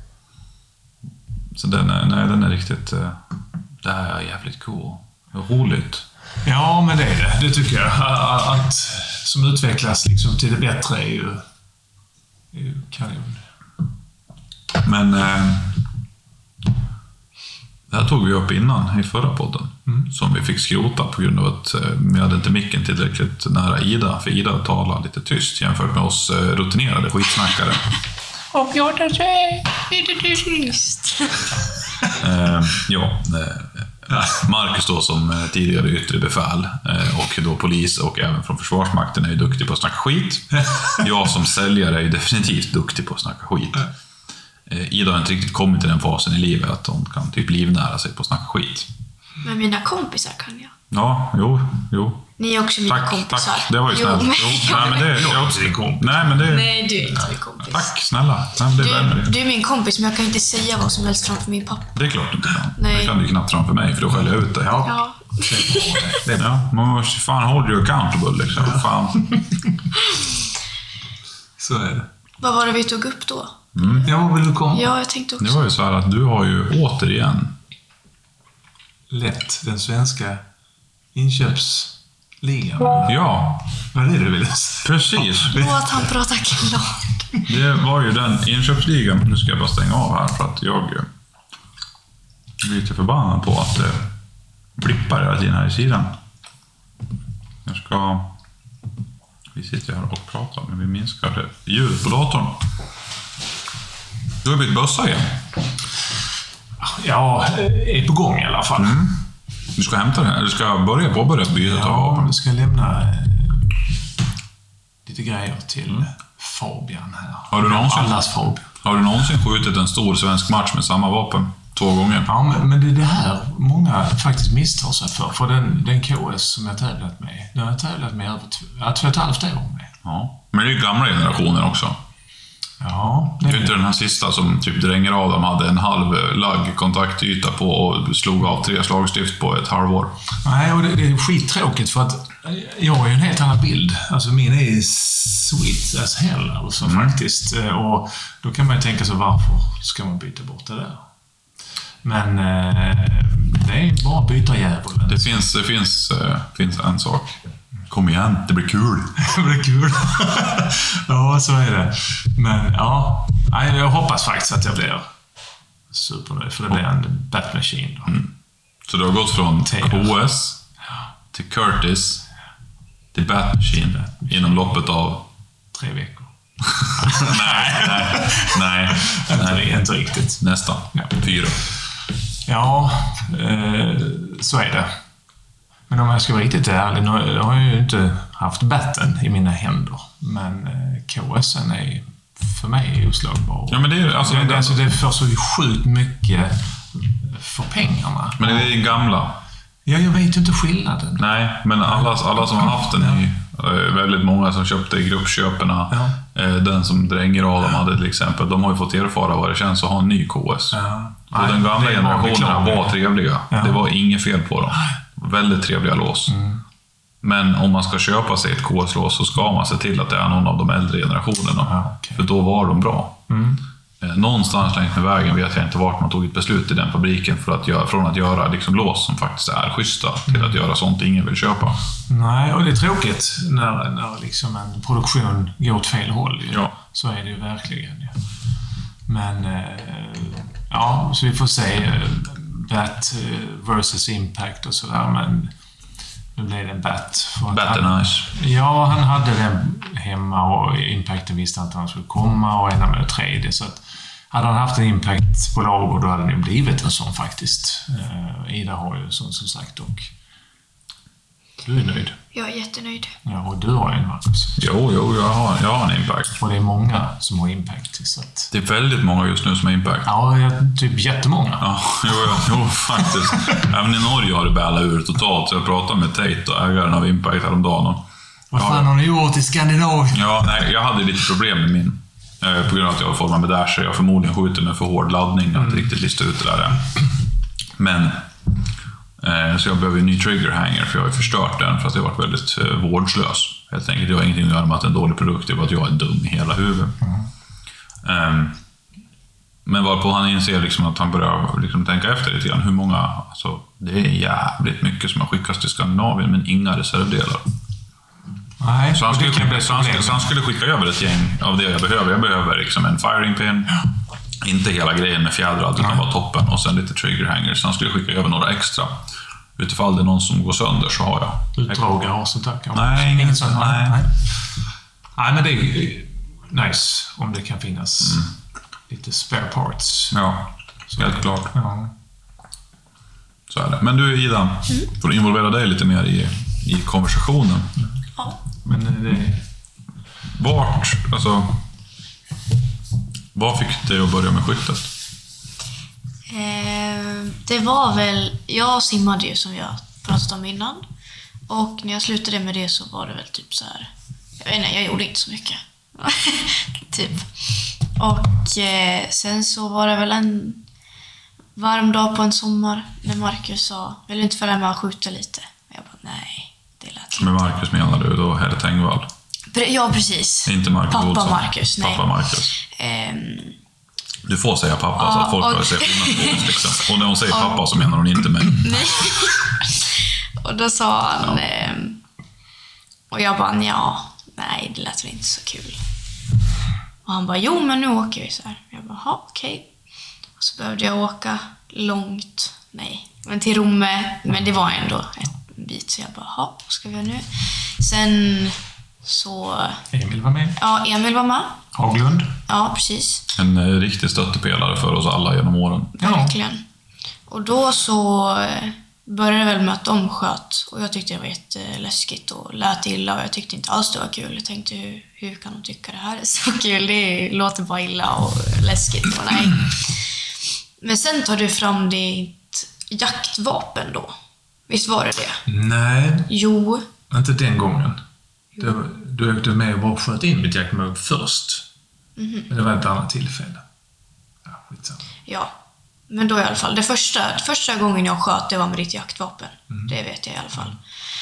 S2: Så den är riktigt, det här är jävligt cool. Roligt.
S1: Ja, men det är det. Det tycker jag. Allt som utvecklas liksom till det bättre är ju kanon.
S2: Men Det här tog vi upp innan i förra podden. Som vi fick skrota på grund av att vi hade inte micken tillräckligt nära Ida. För Ida talar lite tyst jämfört med oss rutinerade skitsnackare.
S3: Om jag tar sig, är det tyst?
S2: Marcus då som tidigare yttre befäl och då polis och även från Försvarsmakten är ju duktig på att snacka skit. Jag som säljare är ju definitivt duktig på att snacka skit. Ida har inte riktigt kommit till den fasen i livet att hon kan typ livnära sig på att snacka skit.
S3: Men mina kompisar kan jag.
S2: Ja, jo.
S3: Ni är också mina kompisar.
S2: Tack, det var ju snällt. Nej, men det är jag också din kompis.
S3: Nej, du är inte min kompis.
S2: Tack, snälla.
S3: Du är min kompis, men jag kan inte säga vad som helst framför min pappa.
S2: Det är klart du inte kan.
S3: Nej.
S2: Det kan du knappt framför mig, för då skäller jag ut dig.
S3: Ja.
S2: Man måste fan hold you accountable, liksom. Fan.
S1: Så är det.
S3: Vad var det vi tog upp då?
S1: Ja, vad vill du komma?
S3: Ja, jag tänkte också.
S2: Det var ju så här att du har ju återigen
S1: Lätt den svenska inköpsligan.
S2: Ja,
S1: Vad är det du vill säga?
S2: precis.
S3: Låt han prata klart.
S2: Det var ju den inköpsligan. Nu ska jag bara stänga av här för att jag blir lite förbannad på att det blippar hela tiden här i sidan. Vi sitter här och pratar, men vi minskar ljudet på datorn. Du har blivit bössa igen.
S1: Ja, är på gång i alla fall.
S2: Du ska hämta den, du ska börja byta av vapen.
S1: Ja, du ska lämna lite grejer till Fabian här. Allas Fabian.
S2: Har du någonsin skjutit en stor svensk match med samma vapen 2 gånger?
S1: Ja, men det är det här många faktiskt misstar sig för den KS som jag tävlat med, den har jag tävlat med över 2,5 år med.
S2: Ja, men det är ju gamla generationer också.
S1: Ja,
S2: Det är inte den här sista som typ dränger av dem hade en halv lagg kontaktyta på och slog av 3 slagstift på ett halvår.
S1: Nej, och det är skittråkigt för att jag har ju en helt annan bild. Alltså min är sweet as hell alltså, faktiskt. Och då kan man ju tänka sig varför ska man byta bort det där? Men det är bara att byta djävulen.
S2: Det finns en sak. Kom igen, det blir kul.
S1: Det blir kul. Ja, så är det. Men ja, jag hoppas faktiskt att jag blir supernöjd. För det blir en Batmachine då.
S2: Så du har gått från KS till Curtis till Batmachine inom loppet av
S1: 3 veckor.
S2: Nej.
S1: Inte riktigt.
S2: Nästan. 4.
S1: Ja, så är det. Men om jag ska vara riktigt ärlig, nu har jag ju inte haft batten i mina händer. Men KS:en är för mig oslagbar.
S2: Ja, men det är
S1: det får så sjukt mycket för pengarna.
S2: Men det är ju gamla.
S1: Ja, jag vet ju inte skillnaden.
S2: Nej, men alla som har haft den är väldigt många som köpte i gruppköperna.
S1: Ja.
S2: Den som dränger av dem hade till exempel, de har ju fått erfara vad det känns att ha en ny KS.
S1: Ja.
S2: Och den gamla generationen var trevliga.
S1: Ja.
S2: Det var inget fel på dem. Väldigt trevliga lås. Men om man ska köpa sig ett KS-lås så ska man se till att det är någon av de äldre generationerna.
S1: Ja, okay.
S2: För då var de bra. Någonstans längs med vägen vet jag inte vart man tog ett beslut i den fabriken från att göra liksom lås som faktiskt är schyssta till att göra sånt ingen vill köpa.
S1: Nej, och det är tråkigt när liksom en produktion går åt fel håll.
S2: Ja.
S1: Så är det ju verkligen. Ja. Men ja, så vi får se Bat versus Impact och sådär, men nu blev det en Bat.
S2: Bat är nice.
S1: Ja, han hade den hemma och Impacten visste inte att han skulle komma och ena med det tredje. Så att hade han haft en Impact på lager då hade det blivit en sån faktiskt. Ida har ju sån som sagt och du är nöjd.
S3: Jag är jättenöjd.
S1: Ja, och du har en, Marcus.
S2: Jo, jag har en Impact.
S1: Och det är många som har Impact. Så att...
S2: Det är väldigt många just nu som har Impact.
S1: Ja, typ jättemånga.
S2: Ja, jo faktiskt. Även i Norge har det bällat ur totalt. Så jag pratade med Tate och ägaren av Impact häromdagen.
S1: Vad fan har ni gjort i Skandinavien?
S2: Ja, nej, jag hade lite problem med min. På grund av att jag har format med dasher. Jag förmodligen skjuter med för hård laddning. Jag har inte riktigt listat ut det där än. Men... Så jag behöver en ny trigger hanger för jag har förstört den för att jag har varit väldigt vårdslös. Helt enkelt, jag har ingenting att göra med att det är en dålig produkt, det är bara att jag är dum i hela huvudet. Men varpå han inser liksom att han börjar liksom tänka efter lite grann. Hur många, alltså, det är jävligt mycket som har skickats till Skandinavien men inga reservdelar.
S1: Nej,
S2: så han skulle skicka över ett gäng av det jag behöver. Jag behöver liksom en firing pin, Inte hela grejen med fjädrar, utan bara toppen och sen lite trigger hangers. Sen skulle jag skicka över några extra. Utifall det är någon som går sönder så har jag.
S1: Utdragare och sånt där kanske?
S2: Nej, inget sånt.
S1: Nej, men det är nice om det kan finnas lite spare parts.
S2: Ja, helt klart.
S1: Ja.
S2: Så är det. Men du Ida, får du involvera dig lite mer i konversationen.
S3: Ja.
S1: Men det...
S2: Vad fick dig att börja med skyttet?
S3: Det var väl... Jag simmade ju som jag pratat om innan. Och när jag slutade med det så var det väl typ så här... Jag vet inte, jag gjorde inte så mycket. typ. Och sen så var det väl en varm dag på en sommar när Marcus sa, vill du inte följa med och skjuta lite? Och jag bara, nej, det lät
S2: Med Marcus menar du då Herre Tengvall?
S3: Ja, precis.
S2: Inte Marcus
S3: Pappa
S2: Olsson.
S3: Marcus, nej.
S2: Pappa Marcus. Du får säga pappa så att folk har se skillnad på oss liksom. Och när hon säger pappa så menar hon inte mig.
S3: Nej. Och då sa han... och jag bara, nej, det lät väl inte så kul. Och han bara, jo men nu åker vi så här. Jag bara, okej. Och så behövde jag åka långt, men till Romme. Men det var ändå en bit, så jag bara, vad ska vi göra nu? Sen så...
S1: Emil var med.
S3: Ja, Emil var med.
S1: Haglund.
S3: Ja, precis.
S2: En riktig stöttepelare för oss alla genom åren.
S3: Verkligen. Och då så började det väl med att de sköt. Och jag tyckte det var jätteläskigt och lät illa. Och jag tyckte inte alls det var kul. Jag tänkte, hur kan de tycka det här är så kul? Det låter bara illa och läskigt. Och nej. Men sen tar du fram ditt jaktvapen då. Visst var det det?
S1: Nej,
S3: Jo.
S1: inte den gången. Du åkte med och bara sköt in mitt jaktmål först. Men det var ett annat tillfälle. Ja, skitsamma.
S3: Ja. Men då i alla fall, första gången jag sköt, det var med ditt jaktvapen. Det vet jag i alla fall.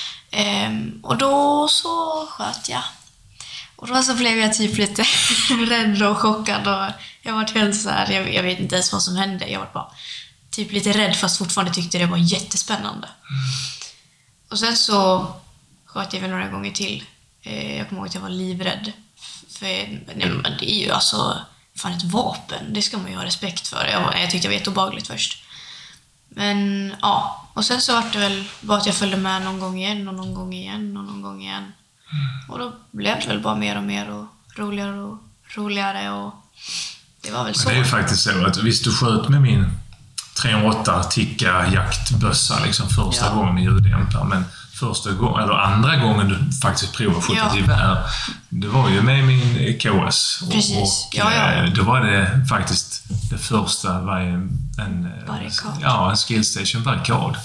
S3: Och då så sköt jag. Och då så blev jag typ lite rädd och chockad. Och jag var helt så här, jag vet inte ens vad som hände. Jag var bara typ lite rädd, fast fortfarande tyckte det var jättespännande. Och sen så sköt jag väl några gånger till. Jag kommer ihåg att jag var livrädd. För det är ju alltså... Fan, ett vapen, det ska man ju ha respekt för. Jag tyckte det var jätteobehagligt först. Men ja, och sen så var det väl bara att jag följde med någon gång igen och någon gång igen och någon gång igen. Och då blev det väl bara mer och mer och roligare och det var väl så.
S1: Men det är ju faktiskt så att visst, du sköt med min 308 ticka jaktbössa liksom första gången i ljuddämpare, men första gången, eller andra gången du faktiskt provade att skjuta gevär, det var ju med min KS.
S3: Precis.
S1: Och då var det faktiskt det första var en
S3: barrikad.
S1: Ja, en skillstation barrikad.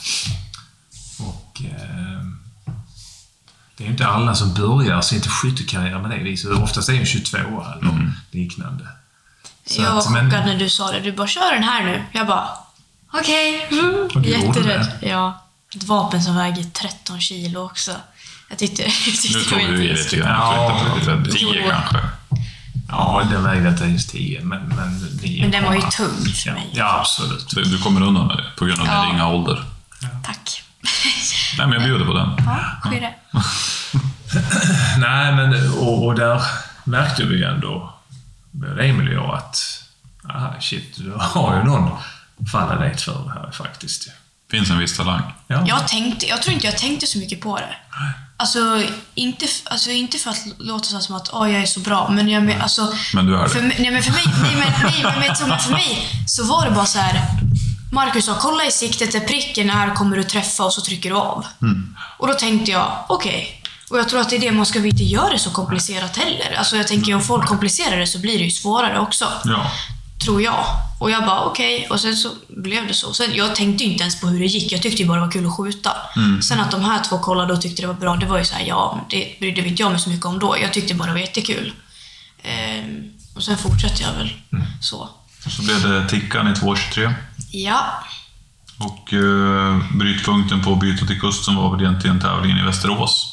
S1: Och det är ju inte alla som börjar sin skyttekarriär med det viset. Oftast är det en 22 eller liknande. Så
S3: jag var chockad när du sa det. Du bara, kör den här nu. Jag bara, okej. Jätterädd. Ja. Ett vapen som väger 13 kilo också. Jag tyckte
S2: nu tog du i lite grann. 10 kanske.
S1: Ja, den vägde inte ens 10. Men
S3: den var ju tung för mig.
S1: Ja, absolut.
S2: Du kommer undan med det på grund av din ringa ålder.
S3: Ja. Tack.
S2: Nej, men jag bjuder på den.
S3: Ja, skydda.
S1: Nej, men och där märkte vi ändå, både Emil och jag, att shit, du har ju någon fallenhet för det här faktiskt.
S2: Finns en viss talang.
S1: Ja.
S3: Jag tror inte jag tänkte så mycket på det. Alltså inte för att låta som att jag är så bra, men jag men, alltså
S2: men du är det.
S3: För mig så var det bara så här. Marcus sa, kolla i siktet där pricken är, kommer du träffa och så trycker du av. Och då tänkte jag, okej. Och jag tror att det är det man ska inte göra det så komplicerat heller. Alltså jag tänker, om folk komplicerar det så blir det ju svårare också.
S2: Ja.
S3: Tror jag. Och jag bara okej. Och sen så blev det så. Sen, jag tänkte inte ens på hur det gick. Jag tyckte ju bara det var kul att skjuta. Sen att de här två kollade och tyckte det var bra, det var ju så här, det brydde inte jag mig så mycket om då. Jag tyckte bara det var jättekul. Och sen fortsatte jag väl så.
S2: Så blev det tickan i 2.23.
S3: Ja.
S2: Och brytpunkten på bytet till kusten var väl egentligen tävlingen i Västerås.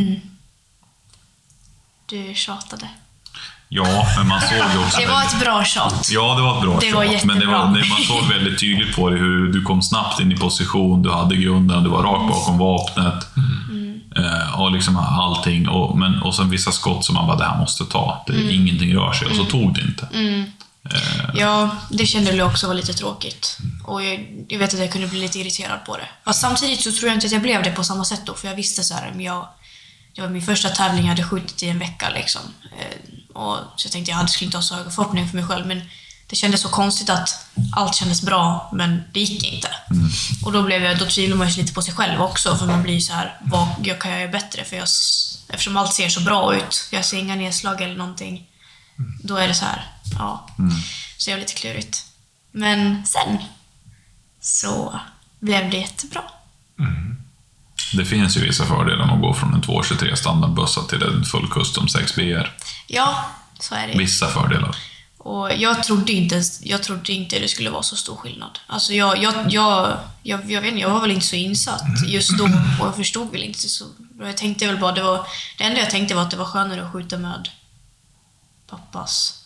S3: Du tjatade.
S2: Ja, men man såg ju också...
S3: Det var ett bra shot.
S2: Ja, det var ett bra
S3: det var
S2: shot. Men man såg väldigt tydligt på det hur du kom snabbt in i position, du hade grunden, du var rakt bakom vapnet. Och liksom allting. Och sen vissa skott som man bara, det här måste ta. Ingenting rör sig. Och så tog det inte.
S3: Ja, det kände jag också var lite tråkigt. Och jag vet att jag kunde bli lite irriterad på det. Fast samtidigt så tror jag inte att jag blev det på samma sätt då. För jag visste så här, det var min första tävling, jag hade skjutit i en vecka liksom. Och så jag tänkte jag skulle inte ha så höga förhoppningar för mig själv. Men det kändes så konstigt att allt kändes bra, men det gick inte. Och då tvivlar man ju lite på sig själv också. För man blir så här, vad kan jag göra bättre? Eftersom allt ser så bra ut, jag ser inga nedslag eller någonting. Då är det så här, ja. Så det var lite klurigt. Men sen så blev det jättebra.
S2: Det finns ju vissa fördelar med att gå från en 223 standardbössa till en full custom 6BR.
S3: Ja, så är det.
S2: Vissa fördelar.
S3: Och jag trodde inte det skulle vara så stor skillnad. Alltså jag vet inte, jag var väl inte så insatt just då, och jag förstod väl inte så. Jag tänkte väl bara, det enda jag tänkte var att det var skönare att skjuta med pappas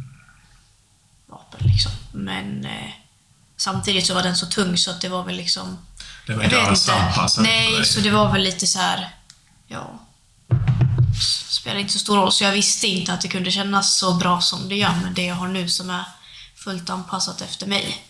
S3: vapen liksom. Men samtidigt så var den så tung så att det var väl liksom,
S1: det var inte alls anpassat.
S3: Nej, så det var väl lite så här, ja, spelar inte så stor roll. Så jag visste inte att det kunde kännas så bra som det gör med det jag har nu, som är fullt anpassat efter mig.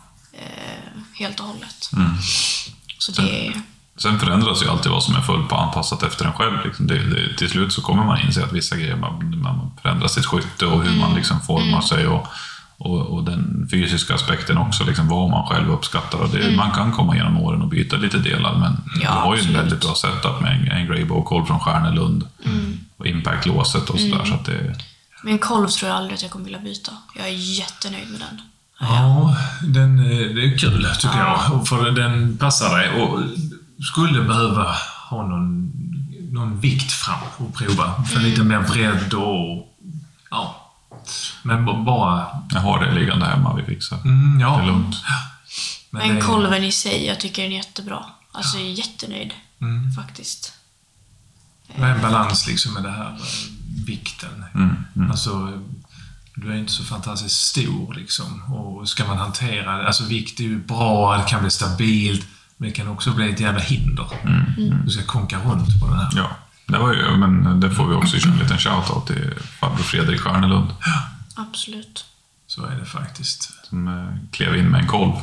S3: Helt och hållet. Så
S2: sen förändras ju alltid vad som är fullt anpassat efter en själv. Liksom. Till slut så kommer man inse att vissa grejer, man förändrar sitt skytte och hur man liksom formar sig och den fysiska aspekten också, liksom vad man själv uppskattar. Och man kan komma genom åren och byta lite delar, men du har ju en väldigt bra setup med en Greybow kolv från Stjärnelund och impact-låset och sådär. Så att
S3: men kolv tror jag aldrig att jag kommer vilja byta. Jag är jättenöjd med den.
S1: Ja, det är kul tycker jag. För den passar dig och skulle behöva ha någon vikt fram och prova. För lite mer bredd och ja. Men bara...
S2: Jag har det liggande hemma, vi fixar.
S1: Ja.
S2: Det är lugnt.
S3: Men kolven i sig, jag tycker den är jättebra. Alltså jag är jättenöjd faktiskt.
S1: Det är en balans liksom med det här vikten. Alltså, du är inte så fantastiskt stor liksom. Och ska man hantera det, alltså vikt är ju bra, det kan bli stabilt, men det kan också bli ett jävla hinder. Du ska konka runt på den här.
S2: Ja, det var ju, men det får vi också köra en liten shoutout till farbror Fredrik Stjärnelund.
S3: Absolut.
S1: Så är det faktiskt.
S2: Som klev in med en kolv.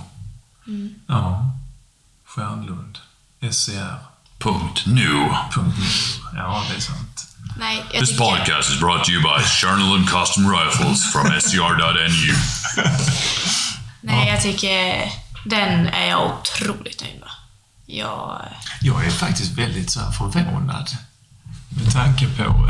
S1: Ja, Stjärnlund. SCR.
S2: .nu.
S1: Ja, det är sant.
S3: Nej,
S2: This podcast is brought to you by Stjärnelund Custom Rifles from SCR.nu.
S3: Nej, jag tycker den är jag otroligt nöjd med.
S1: Jag är faktiskt väldigt så här förvånad med tanke på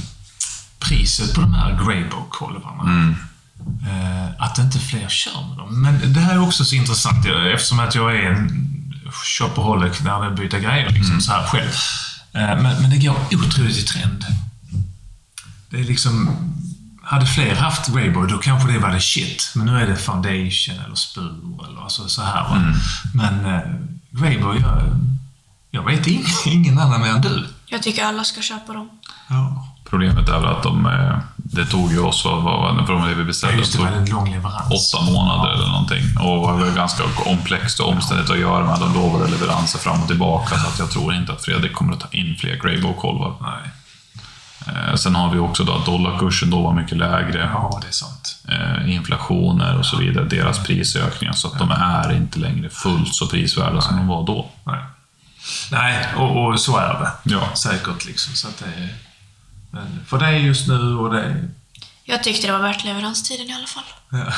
S1: priset på de här Greybow-kolvarna. Att inte fler kör med dem. Men det här är också så intressant eftersom att jag är en shopaholic när det byter grejer liksom, så här själv. Men det går otroligt i trend. Det är liksom, hade fler haft Greybow då kanske det var det shit. Men nu är det foundation eller spur eller alltså så här. Men Greybow, jag vet ingen annan mer än du.
S3: Jag tycker alla ska köpa dem.
S1: Ja.
S2: Problemet är väl att det tog ju oss, från det vi beställde,
S1: just det var en lång leverans.
S2: 8 månader eller någonting. Och det var ganska komplext och omständigt att göra med de lovade leveranser fram och tillbaka. Så att jag tror inte att Fredrik kommer att ta in fler Greybow-kolvar.
S1: Nej.
S2: Sen har vi också då att dollarkursen då var mycket lägre.
S1: Ja, det är sant.
S2: Inflationer och så vidare, deras prisökningar. Så att de är inte längre fullt så prisvärda som de var då.
S1: Nej, och så är det.
S2: Ja.
S1: Säkert liksom. Så att det är, men för det är just nu och det är...
S3: Jag tyckte det var värt leveranstiden i alla fall.
S1: Ja.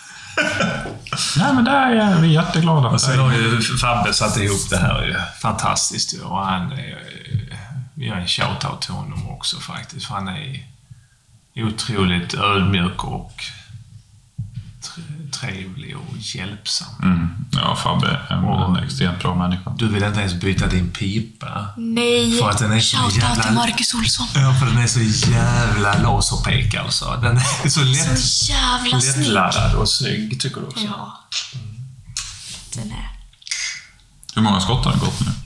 S2: Nej, men där är vi jätteglada.
S1: Och sen har ju Fabbe satt ihop det här ju fantastiskt. Och han gör en shoutout till honom också faktiskt. För han är otroligt ödmjuk och trevlig och hjälpsam.
S2: Ja, Fabbe är en extremt bra människa.
S1: Du vill inte ens byta din pipa.
S3: Nej,
S1: för att den är så
S3: shoutout till Marcus Olsson.
S1: Ja, för den är så jävla laserpek alltså. Den är så
S3: jävla snygg.
S1: Lättladdad och snygg, tycker du också?
S3: Ja. Den är...
S2: Hur många skott har den gått nu?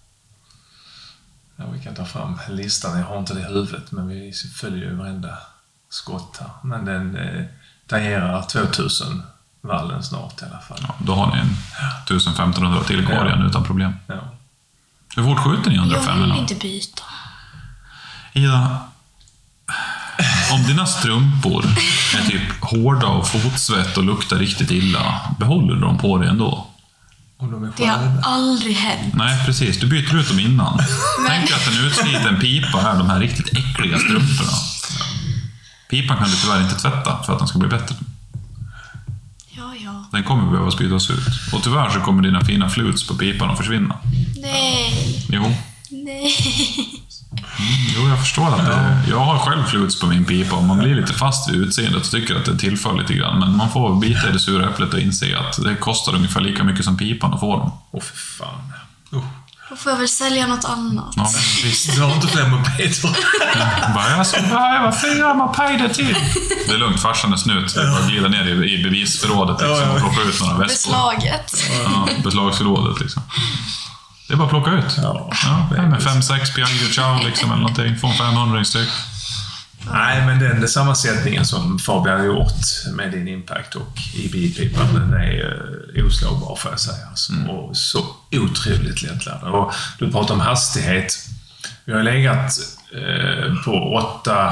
S1: Ja, vi kan ta fram listan. Jag har inte det i huvudet, men vi följer ju varenda skott här. Men den tangerar 2000 vallen snart i alla fall.
S2: Ja, då har ni en 1500 till kvar igen utan problem.
S1: Ja.
S2: Hur fort skjuter ni 105?
S3: Jag vill inte byta.
S2: Ida, om dina strumpor är typ hårda och fotsvett och luktar riktigt illa. Behåller du dem på dig ändå?
S1: Om de är
S3: Det har
S1: sköna.
S3: aldrig hänt.
S2: Nej, precis. Du byter ut dem innan. Tänk att en utsliten pipa är de här riktigt äckliga strumporna. Pipan kan du tyvärr inte tvätta för att den ska bli bättre.
S3: Ja.
S2: Den kommer behöva bytas ut. Och tyvärr så kommer dina fina fluts på pipan att försvinna.
S3: Nej.
S2: Jo.
S3: Nej.
S2: Jo, jag förstår att jag har själv fluts på min pipa och man blir lite fast vid utseendet och tycker att det tillför lite grann. Men man får bita i det sura äpplet och inse att det kostar ungefär lika mycket som pipan att få dem.
S1: Åh, för fan.
S3: Då får jag väl sälja något annat.
S2: Ja.
S1: Visst, du har inte fler mopeder.
S2: Jag ska behöva 4 mopeder till. Det är lugnt, farsan är snut. Det är bara att glida ner i bevisförrådet liksom, och plocka ut några väskor.
S3: Beslaget.
S2: Ja, beslagsförrådet liksom. Det är bara att plocka ut.
S1: Ja.
S2: Med 5-6 Piaggio Ciao liksom, eller någonting. Få en 500 styck.
S1: Nej, men den sammansättningen som Fabian har gjort med din Impact och IB-pipan, den är oslagbar får jag säga. Alltså. Och så otroligt lättladdad. Och du pratar om hastighet. Vi har legat på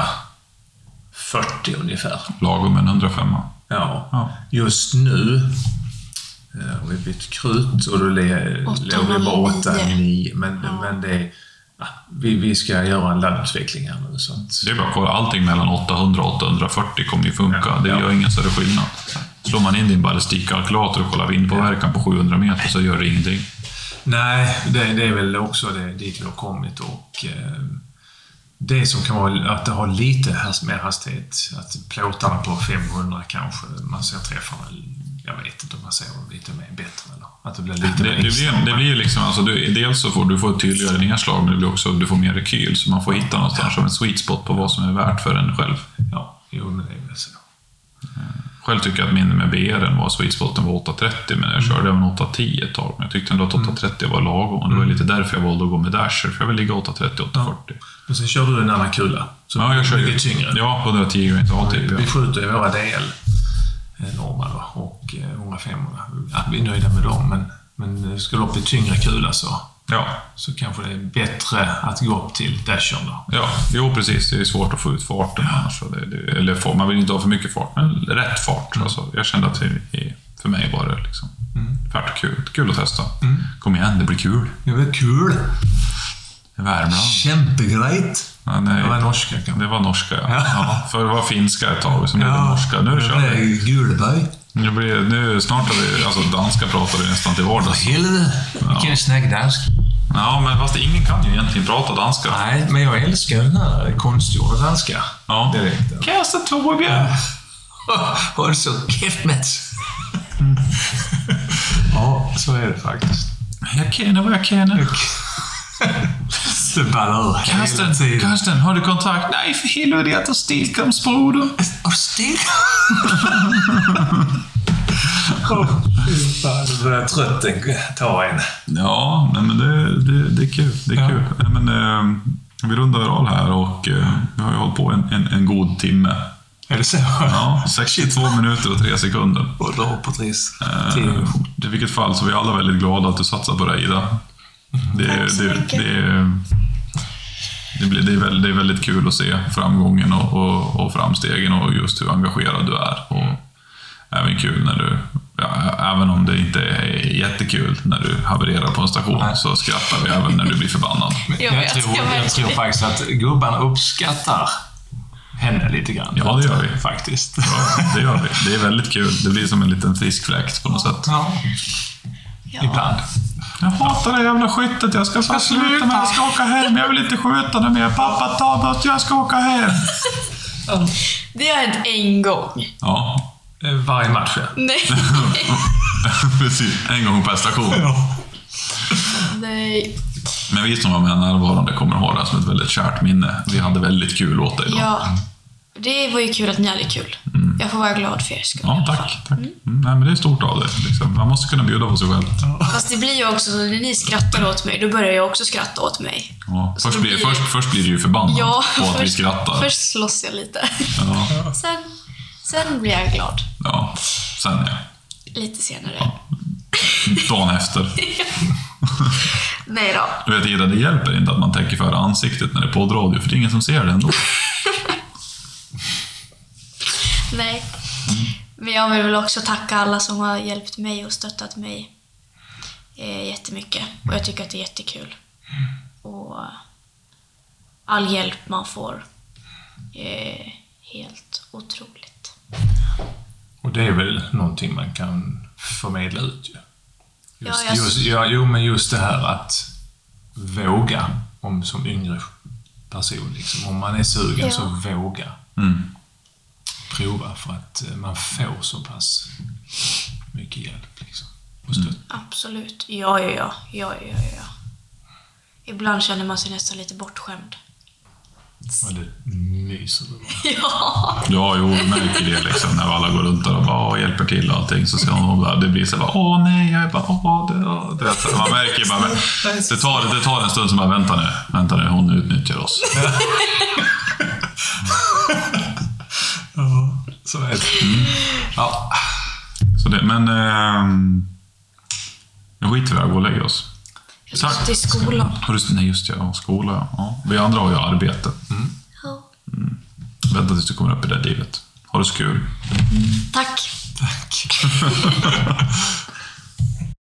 S1: 8:40 ungefär.
S2: Lagom en 105.
S1: Ja. Just nu har vi bytt krut och då låg vi bara 8-9. Men det är... Vi ska göra en laddutveckling här nu. Så att...
S2: Det är bara att kolla. Allting mellan 800 och 840 kommer ju funka. Det gör ingen större skillnad. Slår man in din ballistikkalkylator och kollar vindpåverkan på 700 meter så gör det ingenting.
S1: Nej, det är väl också dit vi har kommit. Och det som kan vara att det har lite mer hastighet. Att plåtarna på 500 kanske, man ser träffarna, jag vet inte om man ser dem lite mer bättre. Eller att det blir lite mer
S2: det blir liksom, alltså, dels så får du få ett tydligare nedslag, men det blir också, du får mer rekyl. Så man får hitta någonstans som en sweet spot på vad som är värt för en själv.
S1: Ja, jo, men det är väl så.
S2: Själv tycker jag att min med BR:en var sweet spoten var 830, men jag körde även 810 ett tag. Men jag tyckte ändå att 830 var lagom. Och det var lite därför jag valde att gå med dasher, för jag vill ligga 830-840.
S1: Men sen kör du en annan kula. Så
S2: Ja, jag kör
S1: mycket tyngre.
S2: Ja, 110 grains A-typ.
S1: Vi skjuter ju våra DL norma då, och många 500. Ja, vi är nöjda med dem, men ska du upp i tyngre kula så kanske det är bättre att gå upp till dashern då.
S2: Ja, jo precis. Det är svårt att få ut farten annars. Eller man vill inte ha för mycket fart, men rätt fart. Alltså, jag kände att för mig var det liksom färt och kul att testa. Kom igen, det blir kul.
S1: Det var kul.
S2: Värmland.
S1: Kämpegrejt.
S2: Ja, nej,
S1: Det var norska kanske.
S2: Det var norska, ja. För det var finska ett tag, som blev det norska. Nu kör vi.
S1: Gulberg.
S2: Nu snart har vi, alltså danska pratar vi nästan till vardags.
S1: Helvete. Vilken snägg dansk.
S2: Ja, men fast ingen kan ju egentligen prata danska.
S1: Nej, men jag älskar den här konstgjorda danska.
S2: Ja.
S1: Direkt.
S2: Kasta Torbjörn.
S1: Har du så käft Mats? Ja, så är det faktiskt.
S2: Jag känner vad jag känner.
S1: Det ballar ur.
S2: Karsten, har du kontakt? Nej, för helvete, jag tar stilkamsbroder.
S1: Har du stil? Du börjar trötten ta en.
S2: Ja, nej, men det är kul. Det är kul. Nej, men, vi rundar av här och vi har ju hållit på en god timme.
S1: Är det så?
S2: Ja, 62 minuter och 3 sekunder.
S1: Och dra på tris.
S2: I vilket fall så är vi alla väldigt glada att du satsar på det, Ida. Det är väldigt kul att se framgången och framstegen och just hur engagerad du är. Och även kul när du, även om det inte är jättekul när du havererar på en station, så skrattar vi även när du blir förbannad.
S1: Jag tror faktiskt att gubbarna uppskattar henne lite grann.
S2: Ja, det gör vi.
S1: Faktiskt.
S2: Ja, det gör vi. Det är väldigt kul. Det blir som en liten frisk fläkt på något sätt.
S1: Ja. Ibland.
S2: Jag hatar det jävla skyttet. Jag ska sluta med att åka hem. Jag vill inte skjuta det mer. Pappa, ta bort. Jag ska åka hem.
S3: Det har hänt en gång.
S2: Ja.
S1: Varje match, ja.
S3: Nej.
S2: Precis. En gång per station.
S3: Nej.
S2: Men vi som var med närvarande kommer att ha det som ett väldigt kärt minne. Vi hade väldigt kul åt dig då.
S3: Ja. Det var ju kul att ni hade kul. Jag får vara glad för er skull.
S2: Ja, tack. Nej, men det är stort av dig. Liksom. Man måste kunna bjuda på sig själv.
S3: Fast det blir ju också så, när ni skrattar åt mig, då börjar jag också skratta åt mig.
S2: Ja, först blir du ju förbannad på att vi skrattar.
S3: Först slåss jag lite.
S2: Ja.
S3: Sen blir jag glad.
S2: Ja, sen ja.
S3: Lite senare.
S2: Ja. Dagen efter.
S3: Nej då.
S2: Du vet, Ida, det hjälper inte att man tänker för ansiktet när det är poddradio, för det är ingen som ser det ändå.
S3: Nej. Men jag vill väl också tacka alla som har hjälpt mig och stöttat mig jättemycket. Och jag tycker att det är jättekul. Och all hjälp man får är helt otroligt.
S1: Och det är väl någonting man kan förmedla ut ju. Men just det här att våga som yngre person. Liksom. Om man är sugen så våga prova, för att man får så pass mycket hjälp. Liksom, och stöd.
S3: Absolut. Ja. Ibland känner man sig nästan lite bortskämd.
S1: Och det myser det bara.
S2: Ja, jo, vi märker det liksom, när alla går runt där och bara hjälper till och allting, så ser hon bara, det blir så bara, åh nej, jag är bara, det. Man märker bara, det tar en stund som bara, vänta nu, hon utnyttjar oss.
S1: Ja, så är det. Ja.
S2: Så det, men nu skiter vi och går och lägger oss.
S3: Just i skolan.
S2: Nej, just ja, skola. Ja. Vi andra har ju arbete. Vänta tills du kommer upp i det livet. Ha det så kul.
S3: Tack.